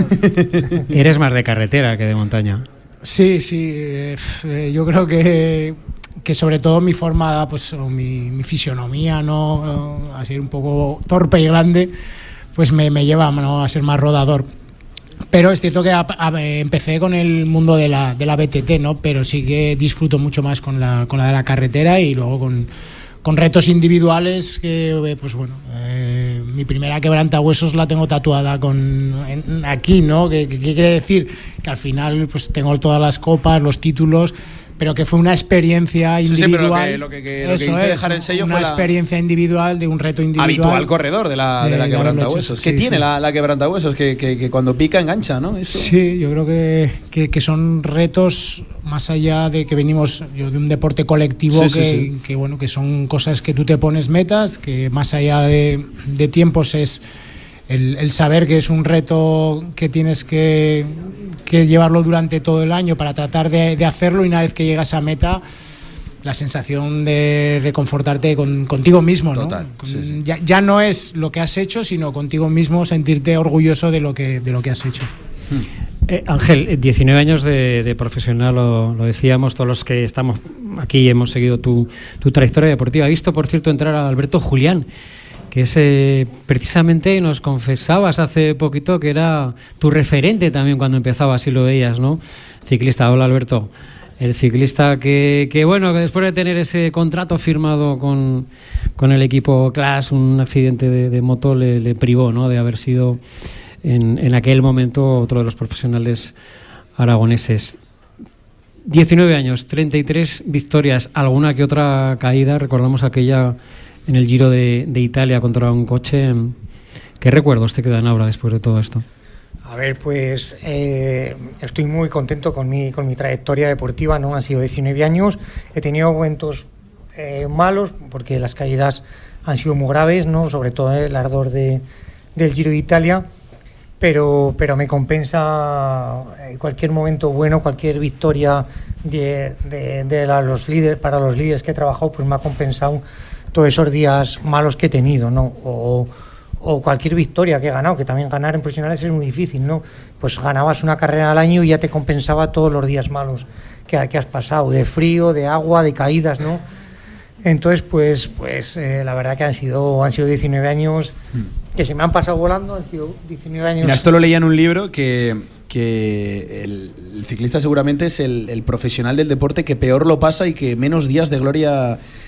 Eres más de carretera que de montaña. Sí, sí, eh, f- eh, yo creo que, que sobre todo mi forma, pues o mi, mi fisionomía, ¿no? A ser un poco torpe y grande, pues me, me lleva, ¿no?, a ser más rodador. Pero es cierto que a- a- empecé con el mundo de la, de la B T T, ¿no? Pero sí que disfruto mucho más con la, con la de la carretera y luego con, con retos individuales que, eh, pues bueno, eh, mi primera quebrantahuesos la tengo tatuada con, en- aquí, ¿no? ¿Qué, qué quiere decir? Que al final pues tengo todas las copas, los títulos, pero que fue una experiencia Sí, sí, pero individual. lo que- lo que- que- lo que Eso quisiste es, dejar el sello una fue la- experiencia individual de un reto individual. Habitual corredor de la, de, de- la de haberlo quebrantahuesos. hecho, ¿Qué sí, tiene sí. La, la quebrantahuesos? Que, que, que cuando pica engancha, ¿no? Eso. Sí, yo creo que, que, que son retos más allá de que venimos yo, de un deporte colectivo, Sí, sí, que, sí. que, bueno, que son cosas que tú te pones metas, que más allá de, de tiempos es el, el saber que es un reto que tienes que, que llevarlo durante todo el año para tratar de, de hacerlo, y una vez que llegas a meta, la sensación de reconfortarte con, contigo mismo, ¿no? Total, Con- sí, sí. Ya, ya no es lo que has hecho, sino contigo mismo sentirte orgulloso de lo que, de lo que has hecho. Eh, Ángel, eh, diecinueve años de, de profesional, lo, lo decíamos, todos los que estamos aquí y hemos seguido tu, tu trayectoria deportiva. He visto, por cierto, entrar a Alberto Julián, que es eh, precisamente, nos confesabas hace poquito que era tu referente también cuando empezabas y lo veías, ¿no? Ciclista. Hola, Alberto. El ciclista que, que, bueno, que después de tener ese contrato firmado con, con el equipo Class, un accidente de, de moto le, le privó, ¿no?, de haber sido en, en aquel momento otro de los profesionales aragoneses. diecinueve años, treinta y tres victorias, alguna que otra caída. Recordamos aquella en el Giro de, de Italia contra un coche. ¿Qué recuerdos te quedan ahora después de todo esto? A ver, pues eh, estoy muy contento con mi, con mi trayectoria deportiva, ¿no? Han sido diecinueve años, he tenido momentos eh, malos porque las caídas han sido muy graves, ¿no? Sobre todo el ardor de, del Giro de Italia, pero, pero me compensa eh, cualquier momento bueno, cualquier victoria de, de, de la, los líderes, para los líderes que he trabajado, pues me ha compensado todos esos días malos que he tenido, ¿no? O, o cualquier victoria que he ganado, que también ganar en profesionales es muy difícil, ¿no? Pues ganabas una carrera al año y ya te compensaba todos los días malos que, que has pasado, de frío, de agua, de caídas, ¿no? Entonces, pues, pues eh, la verdad que han sido, han sido diecinueve años que se me han pasado volando, han sido diecinueve años. Mira, esto lo leía en un libro que, que el, el ciclista seguramente es el, el profesional del deporte que peor lo pasa y que menos días de gloria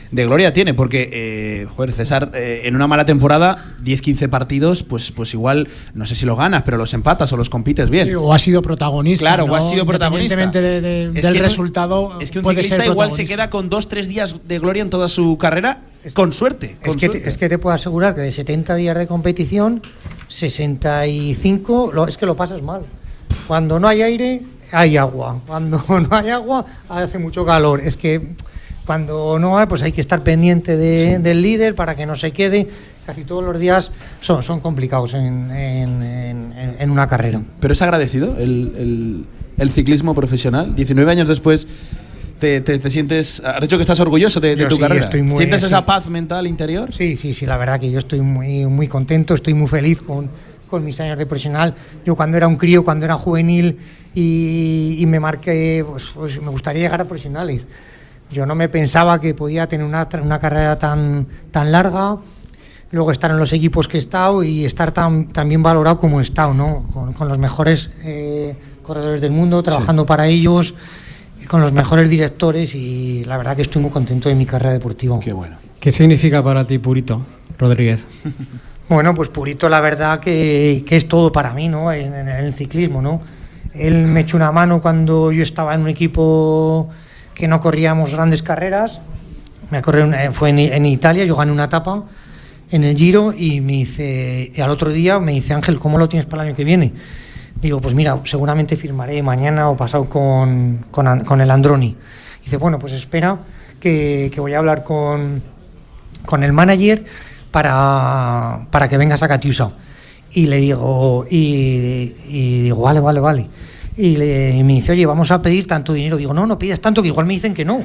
de gloria tiene, porque, eh, joder, César, eh, en una mala temporada, diez quince partidos, pues, pues igual, no sé si los ganas, pero los empatas o los compites bien. Sí, o has sido protagonista. Claro, ¿no? o has sido protagonista. Independientemente de, de, es del que resultado, no, es que un puede ciclista ser igual se queda con dos, tres días de gloria en toda su carrera, es, con suerte. Con es, que suerte. te, es que te puedo asegurar que de setenta días de competición, sesenta y cinco lo, es que lo pasas mal. Cuando no hay aire, hay agua. Cuando no hay agua, hace mucho calor. Es que cuando no hay, pues hay que estar pendiente de, sí. del líder para que no se quede. Casi todos los días son, son complicados en, en, en, en una carrera. Pero es agradecido el, el, el ciclismo profesional. diecinueve años después te, te, te sientes... Has dicho que estás orgulloso de, de tu sí, carrera. Estoy muy, ¿Sientes sí. esa paz mental interior? Sí, sí, sí. La verdad que yo estoy muy, muy contento, estoy muy feliz con, con mis años de profesional. Yo cuando era un crío, cuando era juvenil y, y me marqué, pues, pues me gustaría llegar a profesionales. Yo no me pensaba que podía tener una, una carrera tan, tan larga, luego estar en los equipos que he estado y estar tan, tan bien valorado como he estado, ¿no? Con, con los mejores eh, corredores del mundo, trabajando sí. para ellos, con los mejores directores, y la verdad que estoy muy contento de mi carrera deportiva. Qué bueno. ¿Qué significa para ti Purito Rodríguez? Bueno, pues Purito la verdad que, que es todo para mí, ¿no? En, en el ciclismo, ¿no? Él me echó una mano cuando yo estaba en un equipo que no corríamos grandes carreras. Me corrí una, fue en, en Italia, yo gané una etapa en el Giro y me dice, y al otro día me dice, Ángel, ¿cómo lo tienes para el año que viene? Digo, pues mira, seguramente firmaré mañana o pasado con, con, con el Androni. Dice, bueno, pues espera que, que voy a hablar con, con el manager para, para que vengas a Catiusa. Y le digo, y, y digo, vale, vale, vale. Y, le, y me dice, oye, vamos a pedir tanto dinero. Digo, no, no pidas tanto, que igual me dicen que no.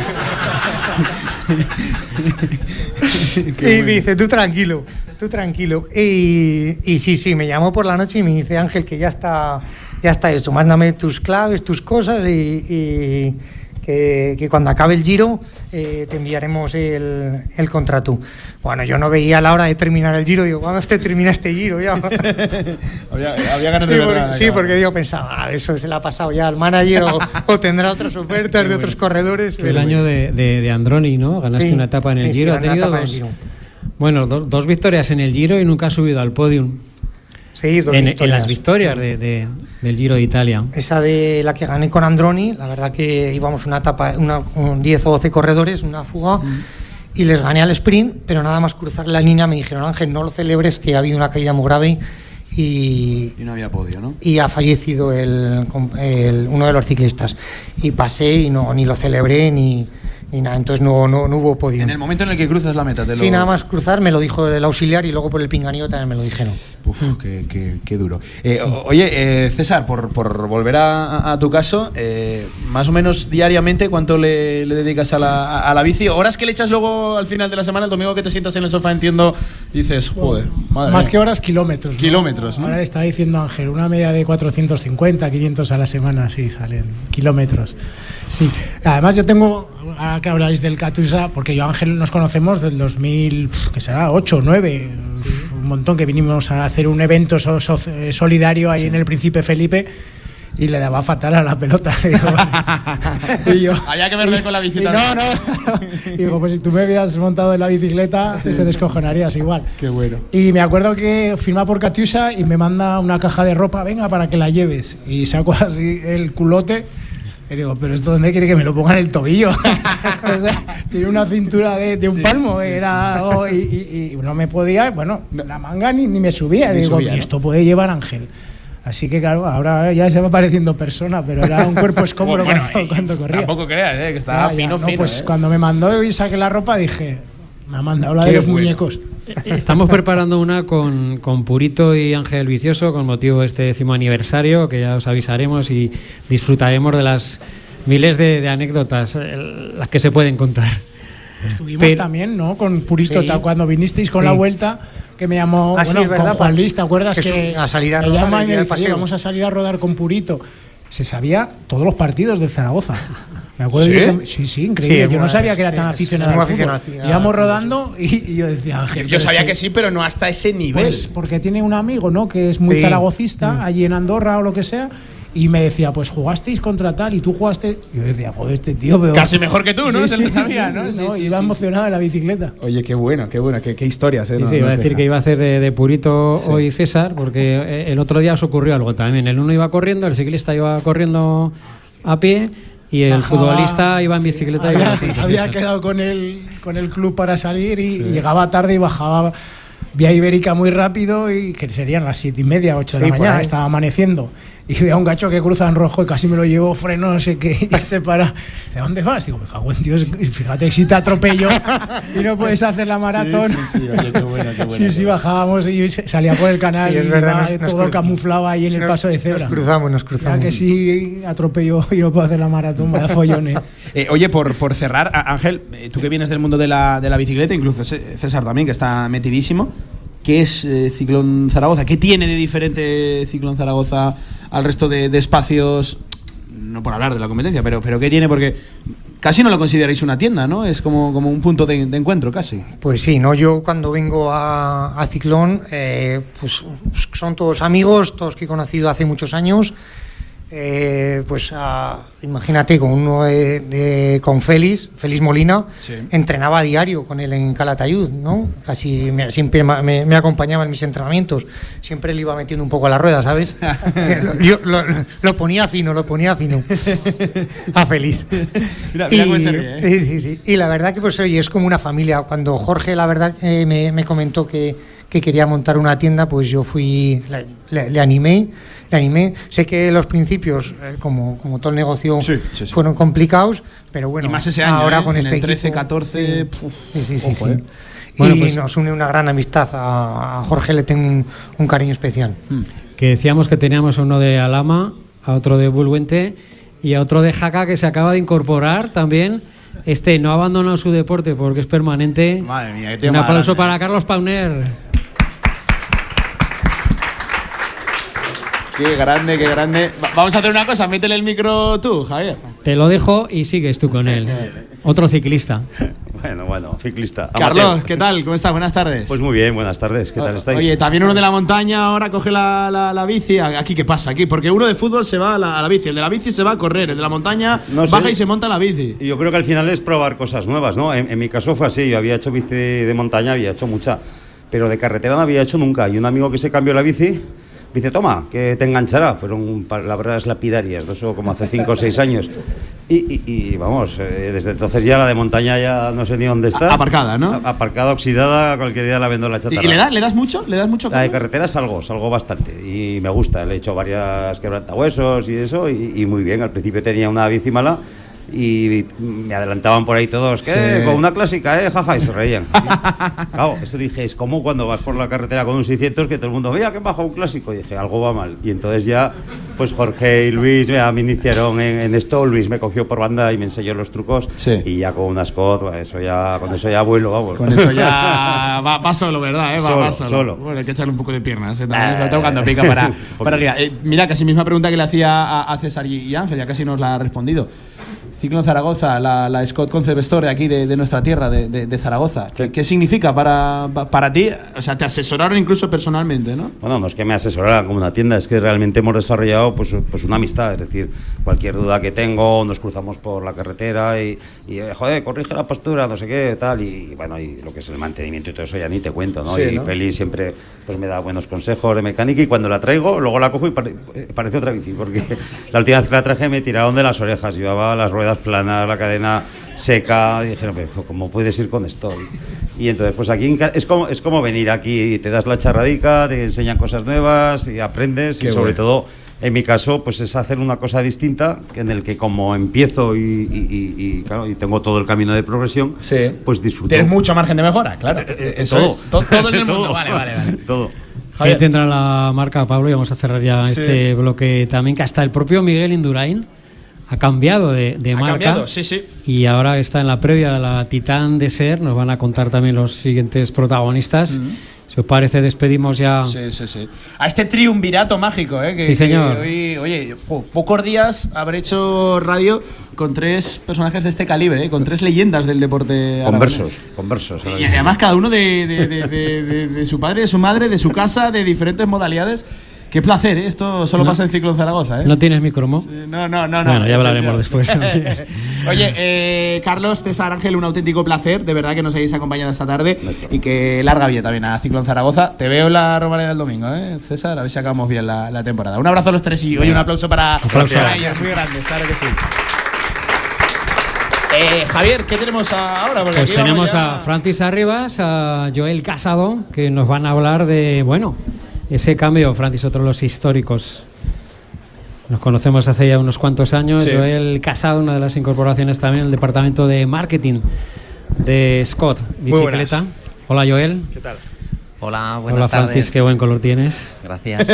Y bueno. Me dice, tú tranquilo, tú tranquilo. Y, y sí, sí, me llamó por la noche y me dice, Ángel, que ya está, ya está hecho. Mándame tus claves, tus cosas y, y que, que cuando acabe el Giro eh, te enviaremos el, el contrato. Bueno, yo no veía la hora de terminar el Giro. Digo, ¿cuándo te termina este Giro ya? había, había ganas de sí, ver porque, nada, sí, porque yo pensaba, ah, eso se le ha pasado ya al manager o, o tendrá otras ofertas de bueno. otros corredores. El año de, de, de Androni, ¿no? Ganaste sí, una etapa en el sí, Giro. Sí, ha tenido dos, Giro. Bueno, do, dos victorias en el Giro y nunca ha subido al podium. Sí, dos en, victorias. en las victorias de, de, del Giro de Italia. Esa de la que gané con Androni, la verdad que íbamos una etapa, una, un diez o doce corredores, una fuga, mm. y les gané al sprint, pero nada más cruzar la línea me dijeron, Ángel, no lo celebres, que ha habido una caída muy grave y, y no había podio, ¿no? Y ha fallecido el, el, uno de los ciclistas. Y pasé y no ni lo celebré ni... Y nada, entonces no, no, no hubo podio. En el momento en el que cruzas la meta, te lo... Sí, nada más cruzar me lo dijo el auxiliar y luego por el pinganillo también me lo dijeron. Uf, mm. qué, qué, qué duro. Eh, sí. Oye, eh, César, por, por volver a, a tu caso, eh, más o menos diariamente, ¿cuánto le, le dedicas a la, a la bici? ¿Horas que le echas luego al final de la semana, el domingo que te sientas en el sofá, entiendo, dices, joder, madre Más mía. que horas, kilómetros. ¿no? Kilómetros, ¿no? Ahora le está diciendo Ángel, una media de cuatrocientos cincuenta, quinientos a la semana, sí, salen kilómetros. Sí, además yo tengo, ahora que habláis del Catiusa, porque yo Ángel nos conocemos del dos mil, ¿qué será? ocho, nueve, sí. Un montón, que vinimos a hacer un evento so, so, solidario ahí sí. en el Príncipe Felipe y le daba fatal a la pelota. Y yo, había que verle con la bicicleta. No, no, no. Digo, pues si tú me hubieras montado en la bicicleta, sí. se descojonarías igual. Qué bueno. Y me acuerdo que firma por Catiusa y me manda una caja de ropa, venga, para que la lleves. Y saco así el culote. Y digo, pero ¿esto dónde quiere que me lo ponga en el tobillo? O sea, tiene una cintura de, de un sí, palmo. Sí, era, sí. Oh, y, y, y no me podía, bueno, no. la manga ni, ni me subía. Ni digo, subía, ¿no? Esto puede llevar Ángel. Así que claro, ahora ya se va pareciendo persona, pero era un cuerpo escómodo bueno, cuando, cuando corría. Tampoco creas, ¿eh? Que estaba ya, fino, ya, no, fino. Pues ¿eh? Cuando me mandó y saqué la ropa dije, me ha mandado la de los bueno. muñecos. Estamos preparando una con, con Purito y Ángel Vicioso con motivo de este décimo aniversario, que ya os avisaremos y disfrutaremos de las miles de, de anécdotas, las que se pueden contar. Estuvimos Pero, también, ¿no? Con Purito, sí. cuando vinisteis con sí. la vuelta, que me llamó, ah, bueno, sí, ¿verdad? con Juan Luis, ¿te acuerdas? Que, que a salir a me rodar, llama y me dice, paseo. vamos a salir a rodar con Purito. Se sabía todos los partidos del Zaragoza. Me acuerdo ¿Sí? de que, sí, sí, increíble. Sí, yo no sabía que era tan aficionado al fútbol. Íbamos rodando y, y yo decía, Ángel. Yo, yo sabía es que, que sí, pero no hasta ese nivel. Pues porque tiene un amigo, ¿no? Que es muy sí. zaragocista, mm. allí en Andorra o lo que sea. y me decía, pues jugasteis contra tal y tú jugaste. Y yo decía, joder, este tío. Pero... Casi mejor que tú, ¿no? Sí, Se lo sí, sabía, sí, ¿no? sí, Sí, no, sí, iba sí, emocionado en la bicicleta. Oye, qué bueno, qué bueno, qué, qué historias, ¿eh? Sí, No, sí, no iba a os decir deja. que iba a hacer de, de purito sí. hoy César, porque el otro día os ocurrió algo también. El uno iba corriendo, el ciclista iba corriendo a pie y el Bajaba, futbolista iba en bicicleta. Había, y había quedado con el, con el club para salir y, sí. y llegaba tarde y bajaba vía Ibérica muy rápido y que serían las siete y media, ocho de sí, la mañana, estaba amaneciendo. Y veo a un gacho que cruza en rojo y casi me lo llevo, freno, no sé qué, y se para. ¿De dónde vas? Digo, me cago en Dios, fíjate que si te atropello y no puedes hacer la maratón. Sí, sí, sí, oye, qué bueno, qué bueno. Sí, sí, bajábamos y salía por el canal sí, es y verdad, nos, todo nos camuflado ahí en el nos, paso de cebra. Nos cruzamos, nos cruzamos. Ya que sí atropello y no puedo hacer la maratón, me da follones. eh, oye, por, por cerrar, Ángel, tú que vienes del mundo de la, de la bicicleta, incluso César también, que está metidísimo. ¿Qué es eh, Ciclón Zaragoza? ¿Qué tiene de diferente Ciclón Zaragoza al resto de, de espacios? No por hablar de la competencia, pero, pero ¿qué tiene? Porque casi no lo consideráis una tienda, ¿no? Es como, como un punto de, de encuentro, casi. Pues sí, ¿no? Yo cuando vengo a, a Ciclón, eh, pues son todos amigos, todos que he conocido hace muchos años. Eh, pues a, imagínate con uno de, de, con Félix, Félix Molina, sí. entrenaba a diario con él en Calatayud, ¿no? Casi me, siempre me, me acompañaba en mis entrenamientos, siempre le iba metiendo un poco a la rueda, ¿sabes? Yo lo, lo ponía fino, lo ponía fino a Félix. Mira, mira cómo se ríe, ¿eh? Sí, sí, sí. Y la verdad que pues oye, es como una familia. Cuando Jorge, la verdad, eh, me, me comentó que, que quería montar una tienda, pues yo fui, le, le, le animé. Animé. Sé que los principios, eh, como, como todo el negocio, sí, sí, sí. fueron complicados, pero bueno, y más ese año, ahora ¿eh? con en este el trece, equipo, catorce, sí, sí, sí, ojo, sí. Eh. Bueno, y pues, nos une una gran amistad. A, a Jorge le tengo un, un cariño especial. Que decíamos que teníamos a uno de Alama, a otro de Bulwente y a otro de Jaca que se acaba de incorporar también. Este no ha abandonado su deporte porque es permanente. Madre mía, qué un aplauso grande. para Carlos Pauner. Qué grande, qué grande. Vamos a hacer una cosa, métele el micro tú, Javier. Te lo dejo y sigues tú con él. Otro ciclista. Bueno, bueno, ciclista. Carlos, amateur. ¿qué tal? ¿Cómo estás? Buenas tardes. Pues muy bien, buenas tardes. ¿Qué tal estáis? Oye, también uno de la montaña ahora coge la, la, la bici. ¿Aquí qué pasa? Aquí, porque uno de fútbol se va a la, a la bici, el de la bici se va a correr, el de la montaña no baja sé. y se monta la bici. Yo creo que al final es probar cosas nuevas, ¿no? En, en mi caso fue así, yo había hecho bici de montaña, había hecho mucha, pero de carretera no había hecho nunca. Y un amigo que se cambió la bici dice, toma, que te enganchará. Fueron palabras lapidarias, no sé, como hace cinco o seis años. Y, y, y vamos, eh, desde entonces ya la de montaña ya no sé ni dónde está. Aparcada, ¿no? A, aparcada, oxidada, cualquier día la vendo en la chatarra. ¿Y le, da, le das mucho? ¿Le das mucho? La de carretera salgo, salgo bastante. Y me gusta, le he hecho varias quebrantahuesos y eso, y, y muy bien. Al principio tenía una bici mala y me adelantaban por ahí todos, ¿qué? Sí. Con una clásica, ¿eh? Jaja, y se reían. Claro, eso dije, es como cuando vas por la carretera con un seiscientos que todo el mundo, vea que baja un clásico. Y dije, algo va mal. Y entonces ya, pues Jorge y Luis ya me iniciaron en, en esto. Luis me cogió por banda y me enseñó los trucos. Sí. Y ya con una Scott, eso ya, con eso ya vuelo, vamos. Con eso ya va, va solo, ¿verdad? ¿Eh? Va, solo, va solo. solo. Bueno, hay que echarle un poco de piernas, ¿eh? También, sobre todo cuando pica para, para arriba. Eh, mira, casi misma pregunta que le hacía a, a César y, y Ángel, ya casi nos la ha respondido. Ciclón Zaragoza, la, la Scott Concept Store de aquí de, de nuestra tierra, de, de, de Zaragoza. Sí. ¿Qué, ¿Qué significa para, para ti? O sea, te asesoraron incluso personalmente, ¿no? Bueno, no es que me asesoraran como una tienda, es que realmente hemos desarrollado pues, pues una amistad. Es decir, cualquier duda que tengo, nos cruzamos por la carretera y, y joder, corrige la postura, no sé qué, tal. Y, y bueno, y lo que es el mantenimiento y todo eso ya ni te cuento, ¿no? Sí, y ¿no? Félix siempre pues, me da buenos consejos de mecánica y cuando la traigo, luego la cojo y pare, parece otra bici, porque la última vez que la traje me tiraron de las orejas, llevaba las ruedas planas, la cadena seca, y dijeron, pero ¿cómo puedes ir con esto? Y, y entonces, pues aquí es como, es como venir aquí, te das la charradica, te enseñan cosas nuevas y aprendes. Qué y sobre bueno. todo, en mi caso, pues es hacer una cosa distinta, en el que como empiezo y, y, y, y claro, y tengo todo el camino de progresión, sí. pues disfruto. Tienes mucho margen de mejora, claro. Eh, eh, eso todo. Es, todo. Todo en el mundo, vale, vale, vale. Todo. ¿Qué tendrá la marca, Pablo? Y vamos a cerrar ya sí. este bloque también, que hasta el propio Miguel Indurain ha cambiado de, de ha marca. Cambiado, sí, sí. Y ahora está en la previa de la Titán Desert. Nos van a contar también los siguientes protagonistas. Mm-hmm. Si os parece, despedimos ya. Sí, sí, sí. A este triunvirato mágico, ¿eh? Que, sí, señor. Que hoy, oye, po, pocos días habré hecho radio con tres personajes de este calibre, ¿eh? Con tres leyendas del deporte. Conversos, conversos. Y además, cada uno de, de, de, de, de, de su padre, de su madre, de su casa, de diferentes modalidades. Qué placer, ¿eh? Esto solo no, pasa en Ciclón Zaragoza, ¿eh? ¿No tienes micromo? Sí, no, no, no, no. Bueno, ya hablaremos después. Oye, eh, Carlos, César, Ángel, un auténtico placer, de verdad que nos hayáis acompañado esta tarde y que larga vida también a Ciclón Zaragoza. Te veo en la romareda del domingo, ¿eh, César? A ver si acabamos bien la, la temporada. Un abrazo a los tres y hoy un aplauso para, aplauso para ellos, muy grande, claro que sí. Eh, Javier, ¿qué tenemos ahora? Porque pues tenemos ya... a Francis Arribas, a Joel Casado, que nos van a hablar de, bueno, ese cambio. Francis, otro de los históricos. Nos conocemos hace ya unos cuantos años. Sí. Joel Casado, una de las incorporaciones también en el departamento de marketing de Scott Bicicleta. Hola, Joel. ¿Qué tal? Hola, buenas Hola, tardes. Francis, qué buen color tienes. Gracias.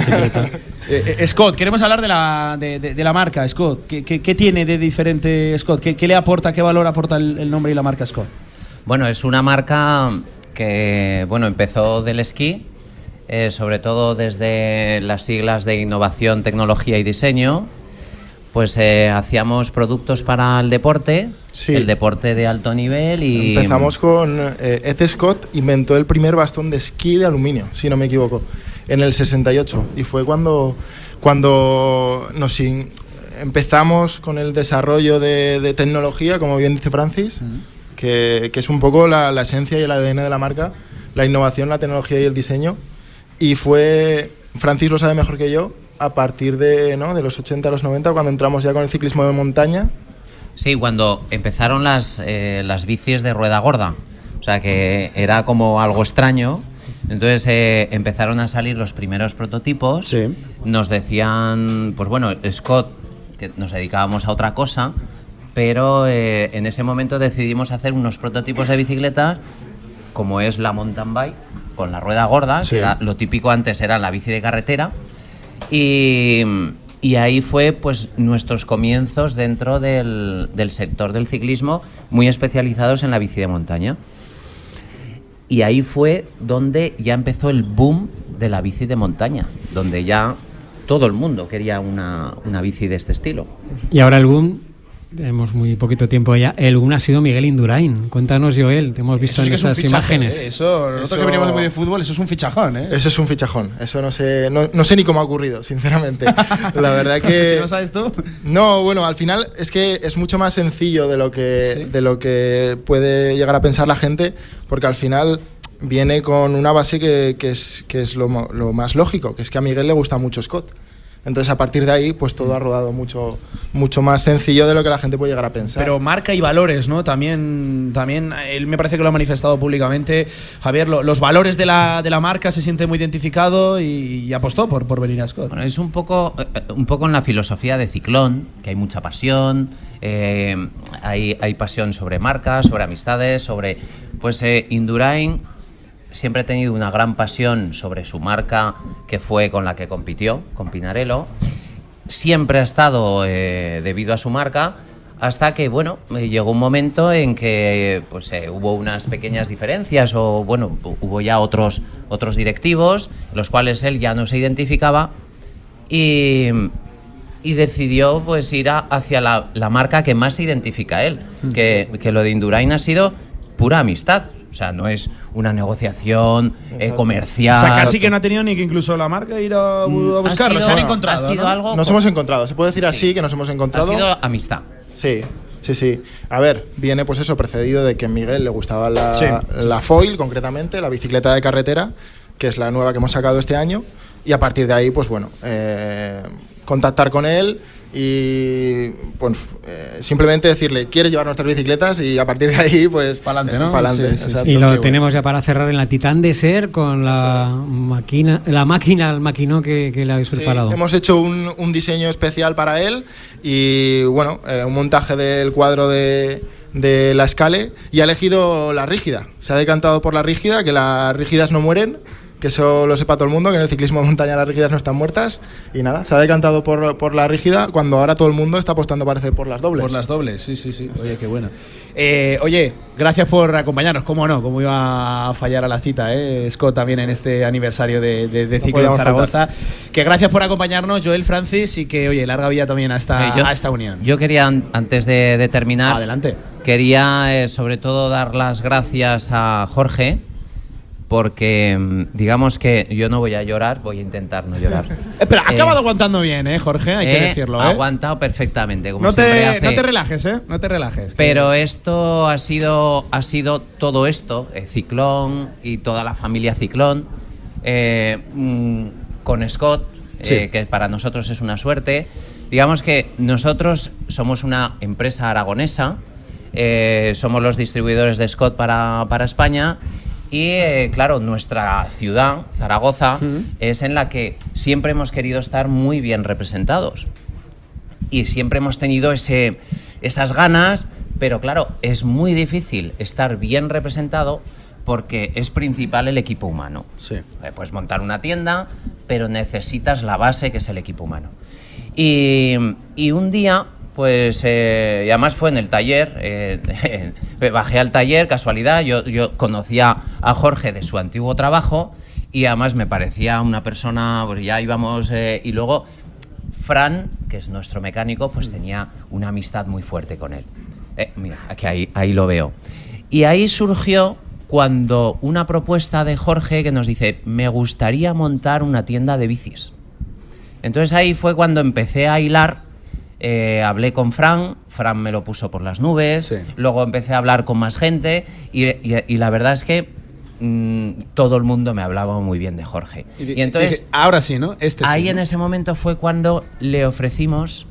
eh, eh, Scott, queremos hablar de la, de, de, de la marca Scott. ¿Qué, qué, qué tiene de diferente Scott? ¿Qué, ¿Qué le aporta, qué valor aporta el, el nombre y la marca Scott? Bueno, es una marca que bueno, empezó del esquí, eh, sobre todo desde las siglas de innovación, tecnología y diseño. Pues eh, hacíamos productos para el deporte, sí. el deporte de alto nivel y... Empezamos con... Eh, Ed Scott inventó el primer bastón de esquí de aluminio, si no me equivoco, en el sesenta y ocho. Y fue cuando, cuando nos in, empezamos con el desarrollo de, de tecnología, como bien dice Francis, mm. que, que es un poco la, la esencia y el A D N de la marca, la innovación, la tecnología y el diseño. Y fue... Francis lo sabe mejor que yo, a partir de, ¿no? de los ochenta a los noventa, cuando entramos ya con el ciclismo de montaña. Sí, cuando empezaron las, eh, las bicis de rueda gorda, o sea que era como algo extraño. Entonces eh, empezaron a salir los primeros prototipos, sí. Nos decían, pues bueno, Scott, que nos dedicábamos a otra cosa, pero eh, en ese momento decidimos hacer unos prototipos de bicicletas, como es la mountain bike, con la rueda gorda, sí. que era, lo típico antes era la bici de carretera. Y, y ahí fue pues nuestros comienzos dentro del, del sector del ciclismo, muy especializados en la bici de montaña. Y ahí fue donde ya empezó el boom de la bici de montaña, donde ya todo el mundo quería una, una bici de este estilo. Y ahora el boom, tenemos muy poquito tiempo ya, el boom ha sido Miguel Indurain. Cuéntanos, Joel, te hemos visto en esas fichaje, imágenes. ¿eh? Eso, nosotros eso, que venimos muy de fútbol, eso es un fichajón, ¿eh? Eso es un fichajón, eso no sé, no, no sé ni cómo ha ocurrido, sinceramente. La verdad que... ¿No sabes tú? No, bueno, al final es que es mucho más sencillo de lo que, ¿sí? de lo que puede llegar a pensar la gente, porque al final viene con una base que, que es, que es lo, lo más lógico, que es que a Miguel le gusta mucho Scott. Entonces, a partir de ahí, pues todo ha rodado mucho, mucho más sencillo de lo que la gente puede llegar a pensar. Pero marca y valores, ¿no? También, también él me parece que lo ha manifestado públicamente. Javier, lo, los valores de la, de la marca, se siente muy identificado y, y apostó por, por venir a Scott. Bueno, es un poco, un poco en la filosofía de Ciclón, que hay mucha pasión, eh, hay, hay pasión sobre marcas, sobre amistades, sobre... Pues eh, Indurain siempre ha tenido una gran pasión sobre su marca, que fue con la que compitió, con Pinarello. Siempre ha estado eh, debido a su marca, hasta que, bueno, eh, llegó un momento en que pues, eh, hubo unas pequeñas diferencias, o bueno, hubo ya otros, otros directivos, los cuales él ya no se identificaba, y, y decidió pues, ir a, hacia la, la marca que más se identifica a él, que, que lo de Indurain ha sido pura amistad. O sea, no es una negociación eh, comercial. O sea, casi que no ha tenido ni que incluso la marca ir a, a buscarlo. Se han encontrado. Ha sido ¿no? algo nos hemos encontrado. Se puede decir sí. así, que nos hemos encontrado. Ha sido amistad. Sí, sí, sí. A ver, viene pues eso, precedido de que a Miguel le gustaba la, sí. la foil, concretamente, la bicicleta de carretera, que es la nueva que hemos sacado este año. Y a partir de ahí, pues bueno, eh, contactar con él y pues eh, simplemente decirle, ¿quieres llevar nuestras bicicletas? Y a partir de ahí, pues para adelante, ¿no? Para adelante. Sí, sí, sí. Y lo tenemos bueno. ya para cerrar en la Titán de Ser con la es. máquina, la máquina, el maquinó que, que le habéis sí, preparado. Hemos hecho un, un diseño especial para él y bueno, eh, un montaje del cuadro de de la Scale y ha elegido la rígida. Se ha decantado por la rígida, que las rígidas no mueren, que eso lo sepa todo el mundo, que en el ciclismo de montaña las rígidas no están muertas. Y nada, se ha decantado por, por la rígida, cuando ahora todo el mundo está apostando, parece, por las dobles. Por las dobles, sí, sí, sí. Oye, qué bueno. Eh, oye, gracias por acompañarnos. ¿Cómo no? ¿Cómo iba a fallar a la cita, eh? Scott, también sí. en este aniversario de, de, de Ciclón no Zaragoza. Faltar. Que gracias por acompañarnos, Joel, Francis, y que, oye, larga vida también a esta, eh, yo, a esta unión. Yo quería, antes de, de terminar, adelante. Quería, eh, sobre todo, dar las gracias a Jorge, porque digamos que yo no voy a llorar, voy a intentar no llorar. Eh, pero ha Eh, acabado aguantando bien, ¿eh, Jorge? Hay que He decirlo, ¿eh? aguantado perfectamente, como No siempre te, hace. no te relajes, ¿eh? No te relajes. Pero esto ha sido, ha sido todo esto, eh, Ciclón y toda la familia Ciclón, eh, mm, con Scott, eh, Sí. que para nosotros es una suerte. Digamos que nosotros somos una empresa aragonesa, eh, somos los distribuidores de Scott para, para España. Y eh, claro, nuestra ciudad, Zaragoza, uh-huh. es en la que siempre hemos querido estar muy bien representados. Y siempre hemos tenido ese, esas ganas, pero claro, es muy difícil estar bien representado porque es principal el equipo humano. Sí. Eh, puedes montar una tienda, pero necesitas la base, que es el equipo humano. Y, y un día... Pues eh, y además fue en el taller, eh, bajé al taller, casualidad, yo, yo conocía a Jorge de su antiguo trabajo y además me parecía una persona, pues ya íbamos, eh, y luego Fran, que es nuestro mecánico, pues tenía una amistad muy fuerte con él. Eh, mira, aquí ahí, ahí lo veo. Y ahí surgió cuando una propuesta de Jorge que nos dice, me gustaría montar una tienda de bicis. Entonces ahí fue cuando empecé a hilar. Eh, hablé con Fran, Fran me lo puso por las nubes, sí. Luego empecé a hablar con más gente y, y, y la verdad es que mmm, todo el mundo me hablaba muy bien de Jorge. Y, y entonces, y, ahora sí, ¿no? Este ahí sí, en ¿no? ese momento fue cuando le ofrecimos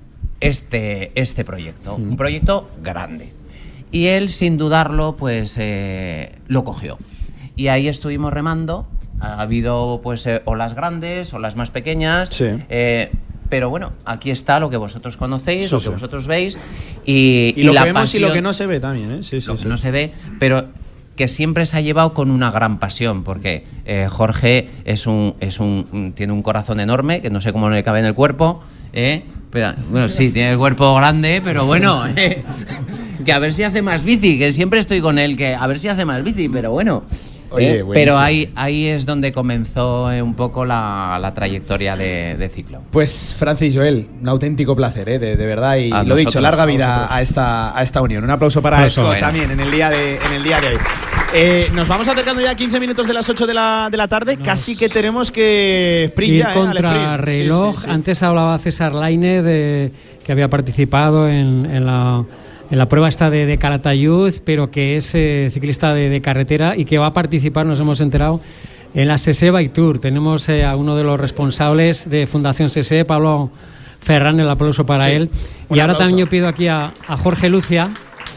este, este proyecto, mm. un proyecto grande. Y él, sin dudarlo, pues eh, lo cogió. Y ahí estuvimos remando, ha habido pues eh, olas grandes, olas más pequeñas, sí. eh, pero bueno, aquí está lo que vosotros conocéis, sí, lo que sí. vosotros veis y, y, y lo la que vemos pasión, y lo que no se ve también, ¿eh? Sí, sí, lo sí. que no se ve, pero que siempre se ha llevado con una gran pasión, porque eh, Jorge es un, es un, un, tiene un corazón enorme, que no sé cómo le cabe en el cuerpo, ¿eh? Pero, bueno, sí, tiene el cuerpo grande, pero bueno, eh, que a ver si hace más bici, que siempre estoy con él, que a ver si hace más bici, pero bueno. Oye, eh, pero ahí, ahí es donde comenzó eh, un poco la, la trayectoria de, de Ciclón. Pues Francis Joel, un auténtico placer, ¿eh? de, de verdad, y a lo nosotros, dicho, larga vida a, a esta, a esta unión. Un aplauso para Eso, Scott bueno. también en el día de, en el día de hoy. Eh, nos vamos acercando ya a quince minutos de las ocho de la, de la tarde, nos casi que tenemos que sprint ir ya, contra ¿eh? reloj. Sí, sí, sí. Antes hablaba César Laine de que había participado en, en la en la prueba esta de, de Calatayud, pero que es eh, ciclista de, de carretera y que va a participar, nos hemos enterado, en la S S Bike Tour. Tenemos eh, a uno de los responsables de Fundación S S, Pablo Ferran, el aplauso para sí, él. un Y ahora aplauso. también yo pido aquí a, a Jorge Lucia,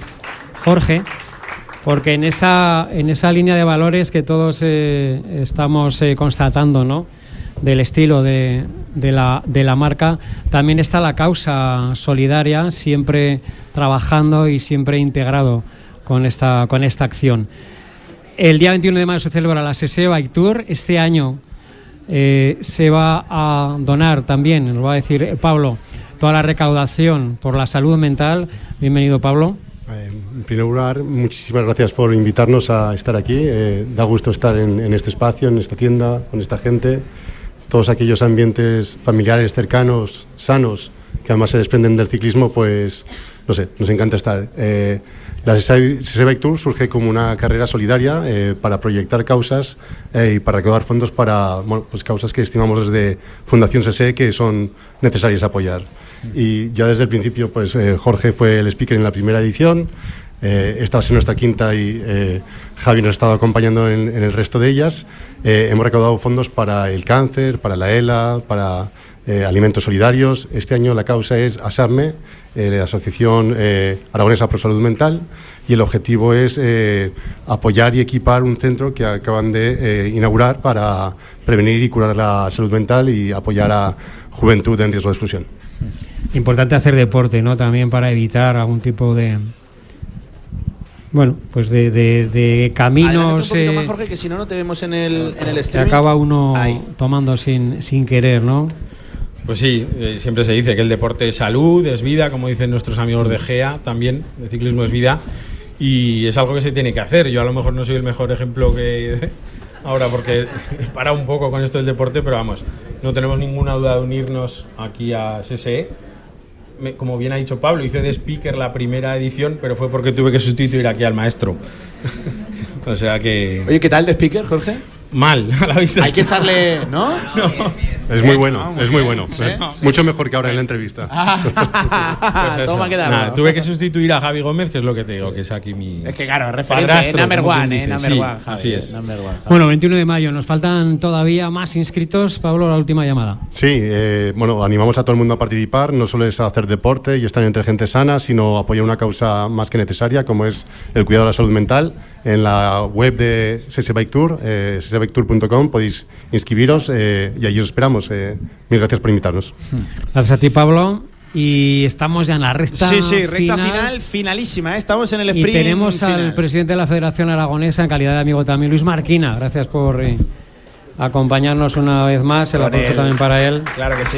Jorge, porque en esa, en esa línea de valores que todos eh, estamos eh, constatando, ¿no?, del estilo de, de, la, de la marca, también está la causa solidaria, siempre trabajando y siempre integrado con esta, con esta acción. El día veintiuno de mayo se celebra la S S Bike Tour. Este año eh, se va a donar también, nos va a decir Pablo, toda la recaudación por la salud mental. Bienvenido, Pablo. Eh, en primer lugar, muchísimas gracias por invitarnos a estar aquí. Eh, da gusto estar en, en este espacio, en esta tienda, con esta gente. Todos aquellos ambientes familiares, cercanos, sanos, que además se desprenden del ciclismo, pues, no sé, nos encanta estar. Eh, la S S Bike Tour surge como una carrera solidaria eh, para proyectar causas eh, y para recaudar fondos para bueno, pues causas que estimamos desde Fundación S S que son necesarias apoyar. Y ya desde el principio, pues eh, Jorge fue el speaker en la primera edición. Eh, esta va a ser nuestra quinta y eh, Javi nos ha estado acompañando en, en el resto de ellas. Eh, hemos recaudado fondos para el cáncer, para la ELA, para eh, alimentos solidarios. Este año la causa es ASARME, eh, la Asociación eh, Aragonesa Pro Salud Mental, y el objetivo es eh, apoyar y equipar un centro que acaban de eh, inaugurar para prevenir y curar la salud mental y apoyar a juventud en riesgo de exclusión. Importante hacer deporte, ¿no?, también para evitar algún tipo de... Bueno, pues de, de, de caminos. Adelante un poquito eh, más, Jorge, que si no, no te vemos en el, en el que streaming. acaba uno Ahí. tomando sin, sin querer, ¿no? Pues sí, eh, siempre se dice que el deporte es salud, es vida, como dicen nuestros amigos de GEA también, el ciclismo es vida, y es algo que se tiene que hacer. Yo a lo mejor no soy el mejor ejemplo que ahora porque he parado un poco con esto del deporte, pero vamos, no tenemos ninguna duda de unirnos aquí a S S E me, como bien ha dicho Pablo, hice de speaker la primera edición, pero fue porque tuve que sustituir aquí al maestro. O sea que... Oye, ¿qué tal de speaker, Jorge? Mal, a la vista. Hay que echarle, ¿no? No. Es muy bueno, es muy bueno. ¿Sí? ¿eh? Mucho mejor que ahora en la entrevista. Pues eso. Toma, queda Nada, algo. tuve que sustituir a Javi Gómez, que es lo que te digo, que es aquí mi... Es que claro, referente, padrastro, eh, number como quien one, eh, dice. number Sí, one, Javi, así es. number one, Javi. Bueno, veintiuno de mayo, nos faltan todavía más inscritos. Pablo, la última llamada. Sí, eh, bueno, animamos a todo el mundo a participar. No solo es hacer deporte y estar entre gente sana, sino apoyar una causa más que necesaria, como es el cuidado de la salud mental. En la web de S S Bike Tour, eh, s s bike tour punto com, podéis inscribiros eh, y allí os esperamos. Eh, mil gracias por invitarnos. Gracias a ti, Pablo. Y estamos ya en la recta Sí, sí, recta final. final, finalísima, ¿eh? Estamos en el Y sprint tenemos final. al presidente de la Federación Aragonesa, en calidad de amigo también, Luis Marquina. Gracias por eh, acompañarnos una vez más. El Con aplauso él. también para él. Claro que sí.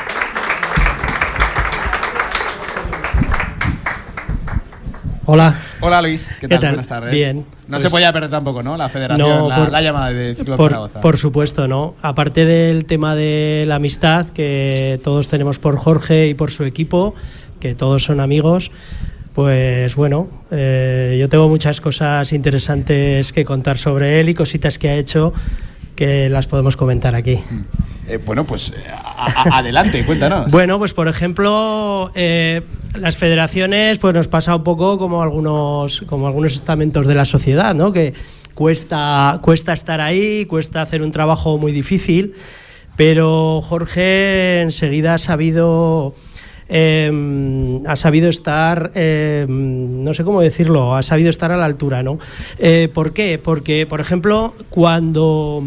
Hola. Hola Luis, ¿qué ¿Qué tal? tal? Buenas tardes. Bien. No Pues- se podía perder tampoco, ¿no? La federación, No, la, por- la llamada de Ciclón Por, Zaragoza. por supuesto, ¿no? Aparte del tema de la amistad que todos tenemos por Jorge y por su equipo, que todos son amigos, pues bueno, eh, yo tengo muchas cosas interesantes que contar sobre él y cositas que ha hecho que las podemos comentar aquí. Eh, bueno, pues eh, a- a- adelante, cuéntanos. Bueno, pues por ejemplo, eh, las federaciones, pues nos pasa un poco como algunos, como algunos estamentos de la sociedad, ¿no? Que cuesta, cuesta estar ahí, cuesta hacer un trabajo muy difícil, pero Jorge enseguida ha sabido, eh, ha sabido estar, eh, no sé cómo decirlo, ha sabido estar a la altura, ¿no? Eh, ¿Por qué? Porque, por ejemplo, cuando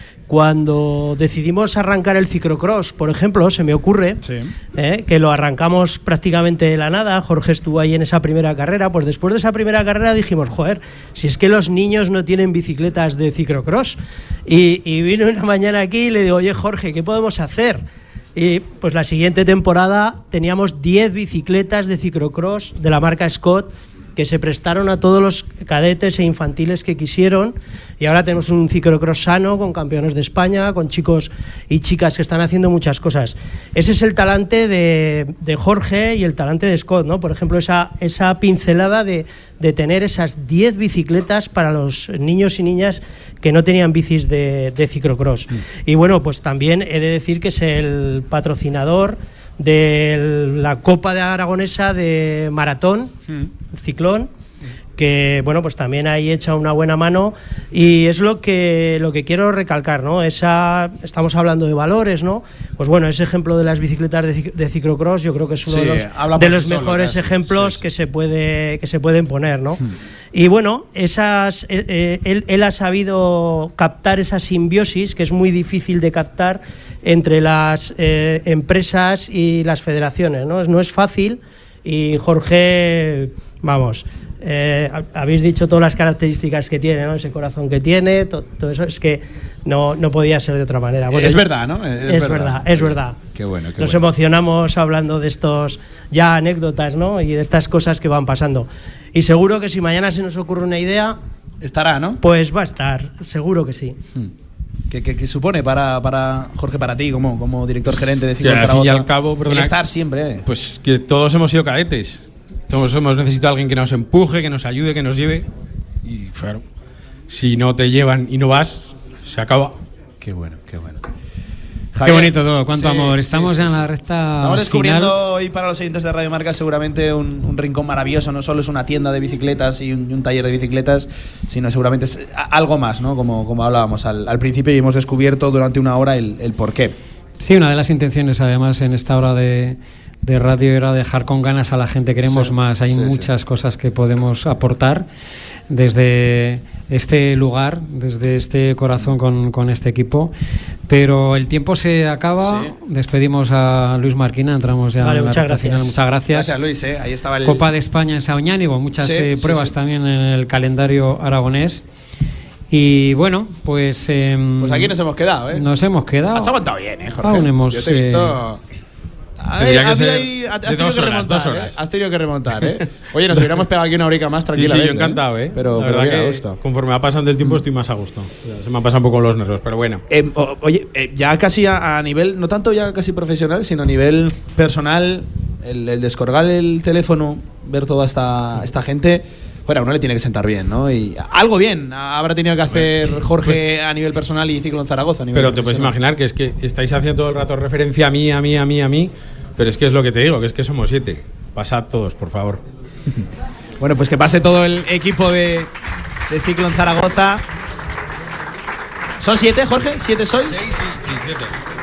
Cuando decidimos arrancar el ciclocross, por ejemplo, se me ocurre eh, que lo arrancamos prácticamente de la nada. Jorge estuvo ahí en esa primera carrera. Pues después de esa primera carrera dijimos, joder, si es que los niños no tienen bicicletas de ciclocross. Y, y vino una mañana aquí y le digo, oye Jorge, ¿qué podemos hacer? Y pues la siguiente temporada teníamos diez bicicletas de ciclocross de la marca Scott que se prestaron a todos los cadetes e infantiles que quisieron, y ahora tenemos un ciclocross sano con campeones de España, con chicos y chicas que están haciendo muchas cosas. Ese es el talante de, de Jorge y el talante de Scott, ¿no? Por ejemplo, esa, esa pincelada de, de tener esas diez bicicletas para los niños y niñas que no tenían bicis de, de ciclocross. Mm. Y bueno, pues también he de decir que es el patrocinador de la Copa de Aragonesa de Maratón, mm. Ciclón, que bueno, pues también ahí echa una buena mano, y es lo que lo que quiero recalcar, ¿no? Esa, estamos hablando de valores, ¿no? Pues bueno, ese ejemplo de las bicicletas de, de ciclocross yo creo que es uno sí, de los, de los mejores solo, ejemplos sí, sí. que se puede que se pueden poner, ¿no? Hmm. Y bueno, esas eh, eh, él, él ha sabido captar esa simbiosis que es muy difícil de captar entre las eh, empresas y las federaciones, ¿no? No es fácil, y Jorge, vamos, Eh, habéis dicho todas las características que tiene, ¿no? Ese corazón que tiene, to, todo eso, es que no, no podía ser de otra manera. Bueno, es verdad, ¿no? Es, es verdad, verdad, es verdad. Qué bueno, qué Nos bueno. emocionamos hablando de estos ya anécdotas, ¿no? Y de estas cosas que van pasando. Y seguro que si mañana se nos ocurre una idea, estará, ¿no? Pues va a estar, seguro que sí. Hmm. ¿Qué, qué, qué supone para, para Jorge, para ti, como, como director gerente de Ciclón Zaragoza? Al fin y al cabo, el estar siempre. Eh. Pues que todos hemos sido cadetes. Todos hemos necesitado a alguien que nos empuje, que nos ayude, que nos lleve. Y claro, si no te llevan y no vas, se acaba. Qué bueno, qué bueno. Javier, qué bonito todo, cuánto sí, amor. Estamos sí, sí, en la recta. Estamos descubriendo final. hoy para los oyentes de Radio Marca seguramente un, un rincón maravilloso. No solo es una tienda de bicicletas y un, y un taller de bicicletas, sino seguramente es algo más, ¿no? Como, como hablábamos al, al principio, y hemos descubierto durante una hora el, el porqué. Sí, una de las intenciones, además, en esta hora de. de radio era dejar con ganas a la gente. Queremos sí, más, hay sí, muchas sí. cosas que podemos aportar desde este lugar, desde este corazón con, con este equipo, pero el tiempo se acaba. Sí. Despedimos a Luis Marquina, entramos ya vale, en la muchas recta gracias. final. Muchas gracias. Gracias, Luis, ¿eh? Ahí estaba el... Copa de España en Saoñánigo, muchas sí, eh, pruebas también en el calendario aragonés. Y bueno, pues eh, pues aquí nos hemos quedado, ¿eh? Nos hemos quedado. Has aguantado bien, ¿eh, Jorge? Aún hemos, Yo te he visto... Eh, Ay, que ser ahí, has, tenido dos que horas, remontar, dos horas. ¿eh? Has tenido que remontar, ¿eh? Oye, nos hubiéramos pegado aquí una horica más tranquila. Sí, sí, yo encantado, ¿eh? Pero, la pero verdad bien, que a gusto. Conforme va pasando el tiempo estoy más a gusto. O sea, se me han pasado un poco los nervios, pero bueno. Eh, o, oye, eh, ya casi a, a nivel, no tanto ya casi profesional, sino a nivel personal, El, el descolgar el teléfono, ver toda esta, esta gente, bueno, a uno le tiene que sentar bien, ¿no? Y algo bien habrá tenido que hacer Jorge pues, a nivel personal y Ciclón Zaragoza a nivel Pero te puedes imaginar que es que estáis haciendo todo el rato referencia a mí, a mí, a mí, a mí, pero es que es lo que te digo, que es que somos siete. Pasad todos, por favor. Bueno, pues que pase todo el equipo de, de Ciclón Zaragoza. ¿Son siete, Jorge? ¿Siete sois? Sí, sí, sí, siete.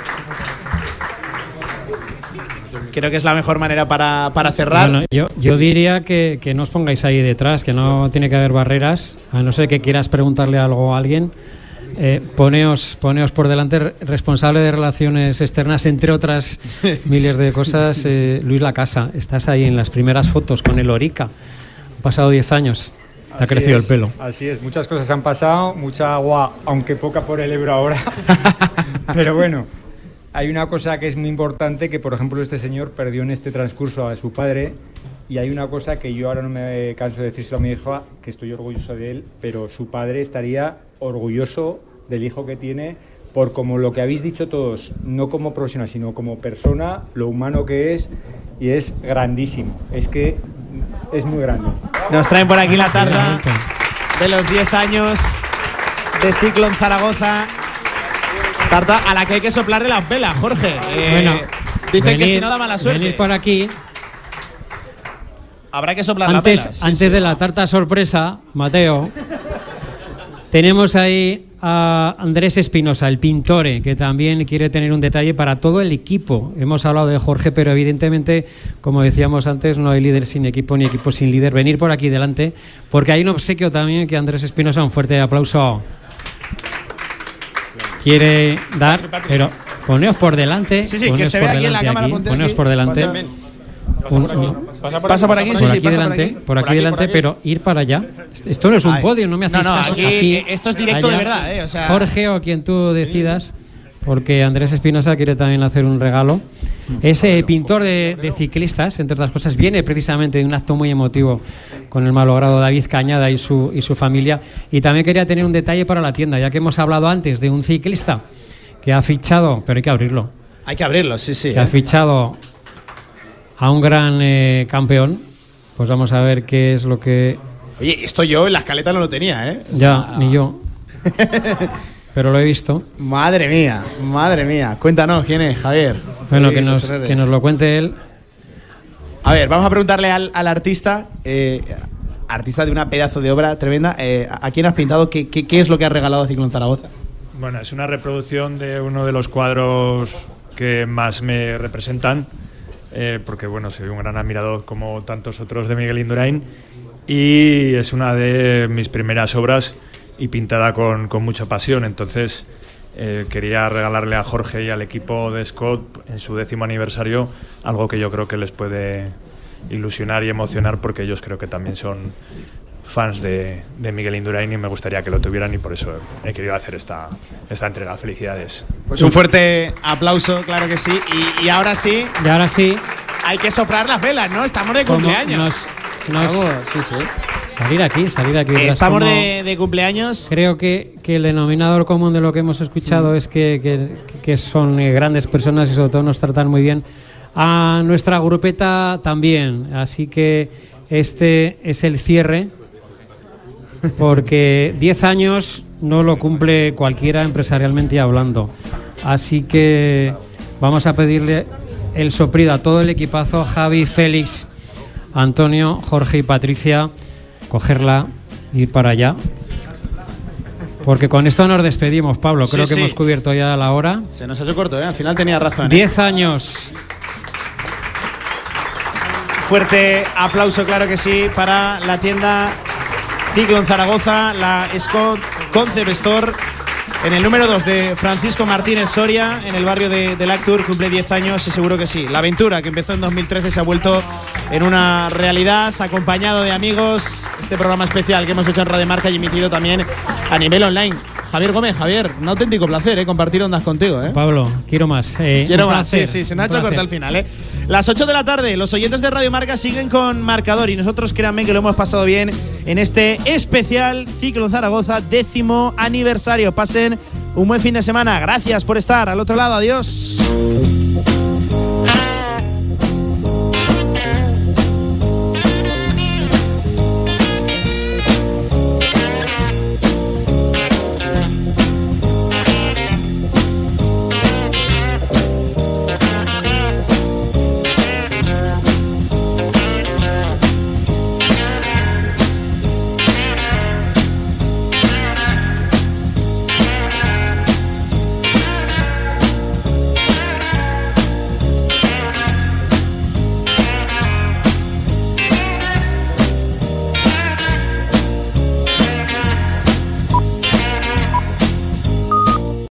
Creo que es la mejor manera para, para cerrar. Bueno, yo, yo diría que, que no os pongáis ahí detrás, que no tiene que haber barreras, a no ser que quieras preguntarle algo a alguien. Eh, poneos, poneos por delante, responsable de relaciones externas, entre otras miles de cosas, eh, Luis Lacasa. Estás ahí en las primeras fotos con el Orica. Han pasado diez años, te ha crecido el pelo. Así es, muchas cosas han pasado, mucha agua, aunque poca por el Ebro ahora. Pero bueno. Hay una cosa que es muy importante, que por ejemplo este señor perdió en este transcurso a su padre, y hay una cosa que yo ahora no me canso de decírselo a mi hija, que estoy orgulloso de él, pero su padre estaría orgulloso del hijo que tiene, por como lo que habéis dicho todos, no como profesional, sino como persona, lo humano que es, y es grandísimo, es que es muy grande. Nos traen por aquí la tarta de los diez años de Ciclón Zaragoza. Tarta a la que hay que soplarle las velas, Jorge. Eh, bueno, dicen venir, que si no da mala suerte. Venir por aquí. Habrá que soplar antes, las velas. Sí, antes sí. de la tarta sorpresa, Mateo, tenemos ahí a Andrés Espinosa, el pintore, que también quiere tener un detalle para todo el equipo. Hemos hablado de Jorge, pero evidentemente, como decíamos antes, no hay líder sin equipo ni equipo sin líder. Venir por aquí delante, porque hay un obsequio también que Andrés Espinosa, un fuerte aplauso, quiere dar, pero poneos por delante. Sí, sí, que se vea aquí en la cámara. Aquí, poneos por delante. Pasa, Un, pasa, por, pasa, por, pasa por aquí, por sí, aquí sí, pasa delante, por aquí, por aquí delante, pero ir para allá. Esto no es un Ay. podio, no me hacéis no, no, caso. Aquí, aquí, esto es directo allá, de verdad, ¿eh? O sea, Jorge o quien tú decidas, porque Andrés Espinosa quiere también hacer un regalo. Ese pintor de, de ciclistas, entre otras cosas, viene precisamente de un acto muy emotivo con el malogrado David Cañada y su, y su familia. Y también quería tener un detalle para la tienda, ya que hemos hablado antes de un ciclista que ha fichado, pero hay que abrirlo. Hay que abrirlo, sí, sí. Que eh. ha fichado a un gran eh, campeón. Pues vamos a ver qué es lo que... Oye, esto yo en la escaleta no lo tenía, ¿eh? O ya, sea... ni yo. Pero lo he visto. Madre mía, madre mía. Cuéntanos, ¿quién es, Javier? Bueno, que nos, que nos lo cuente él. A ver, vamos a preguntarle al, al artista, eh, artista de una pedazo de obra tremenda, eh, ¿a quién has pintado? ¿Qué, qué, qué es lo que has regalado a Ciclón Zaragoza? Bueno, es una reproducción de uno de los cuadros que más me representan, eh, porque bueno, soy un gran admirador como tantos otros de Miguel Indurain, y es una de mis primeras obras y pintada con, con mucha pasión. Entonces eh, quería regalarle a Jorge y al equipo de Scott en su décimo aniversario algo que yo creo que les puede ilusionar y emocionar, porque ellos creo que también son fans de, de Miguel Indurain y me gustaría que lo tuvieran, y por eso he querido hacer esta, esta entrega. Felicidades. Pues un fuerte aplauso, claro que sí. Y, y ahora sí. Y ahora sí. Hay que soplar las velas, ¿no? Estamos de cumpleaños. Nos, nos, Vamos, sí, sí. Salir aquí, salir aquí. Estamos de, de cumpleaños. Creo que, que el denominador común de lo que hemos escuchado mm. es que, que, que son eh, grandes personas y sobre todo nos tratan muy bien. A nuestra grupeta también. Así que este es el cierre. Porque diez años no lo cumple cualquiera empresarialmente hablando. Así que vamos a pedirle el soplido a todo el equipazo, Javi, Félix, Antonio, Jorge y Patricia, cogerla y ir para allá. Porque con esto nos despedimos, Pablo. Creo sí, que sí. hemos cubierto ya la hora. Se nos ha hecho corto, ¿eh? Al final tenía razón. Diez ¿eh? años. Fuerte aplauso, claro que sí, para la tienda Ciclón Zaragoza, la Scott Concept Store, en el número dos de Francisco Martínez Soria, en el barrio de, de Lactur. Cumple diez años y seguro que sí. La aventura que empezó en dos mil trece se ha vuelto en una realidad, acompañado de amigos. Este programa especial que hemos hecho en Radio Marca y emitido también a nivel online. Javier Gómez, Javier, un auténtico placer eh, compartir ondas contigo. Eh. Pablo, quiero más. Eh, quiero más, placer, sí, sí, se nos ha hecho corto al final. Eh. Las ocho de la tarde, los oyentes de Radio Marca siguen con marcador y nosotros, créanme que lo hemos pasado bien en este especial Ciclón Zaragoza, décimo aniversario. Pasen un buen fin de semana. Gracias por estar al otro lado. Adiós.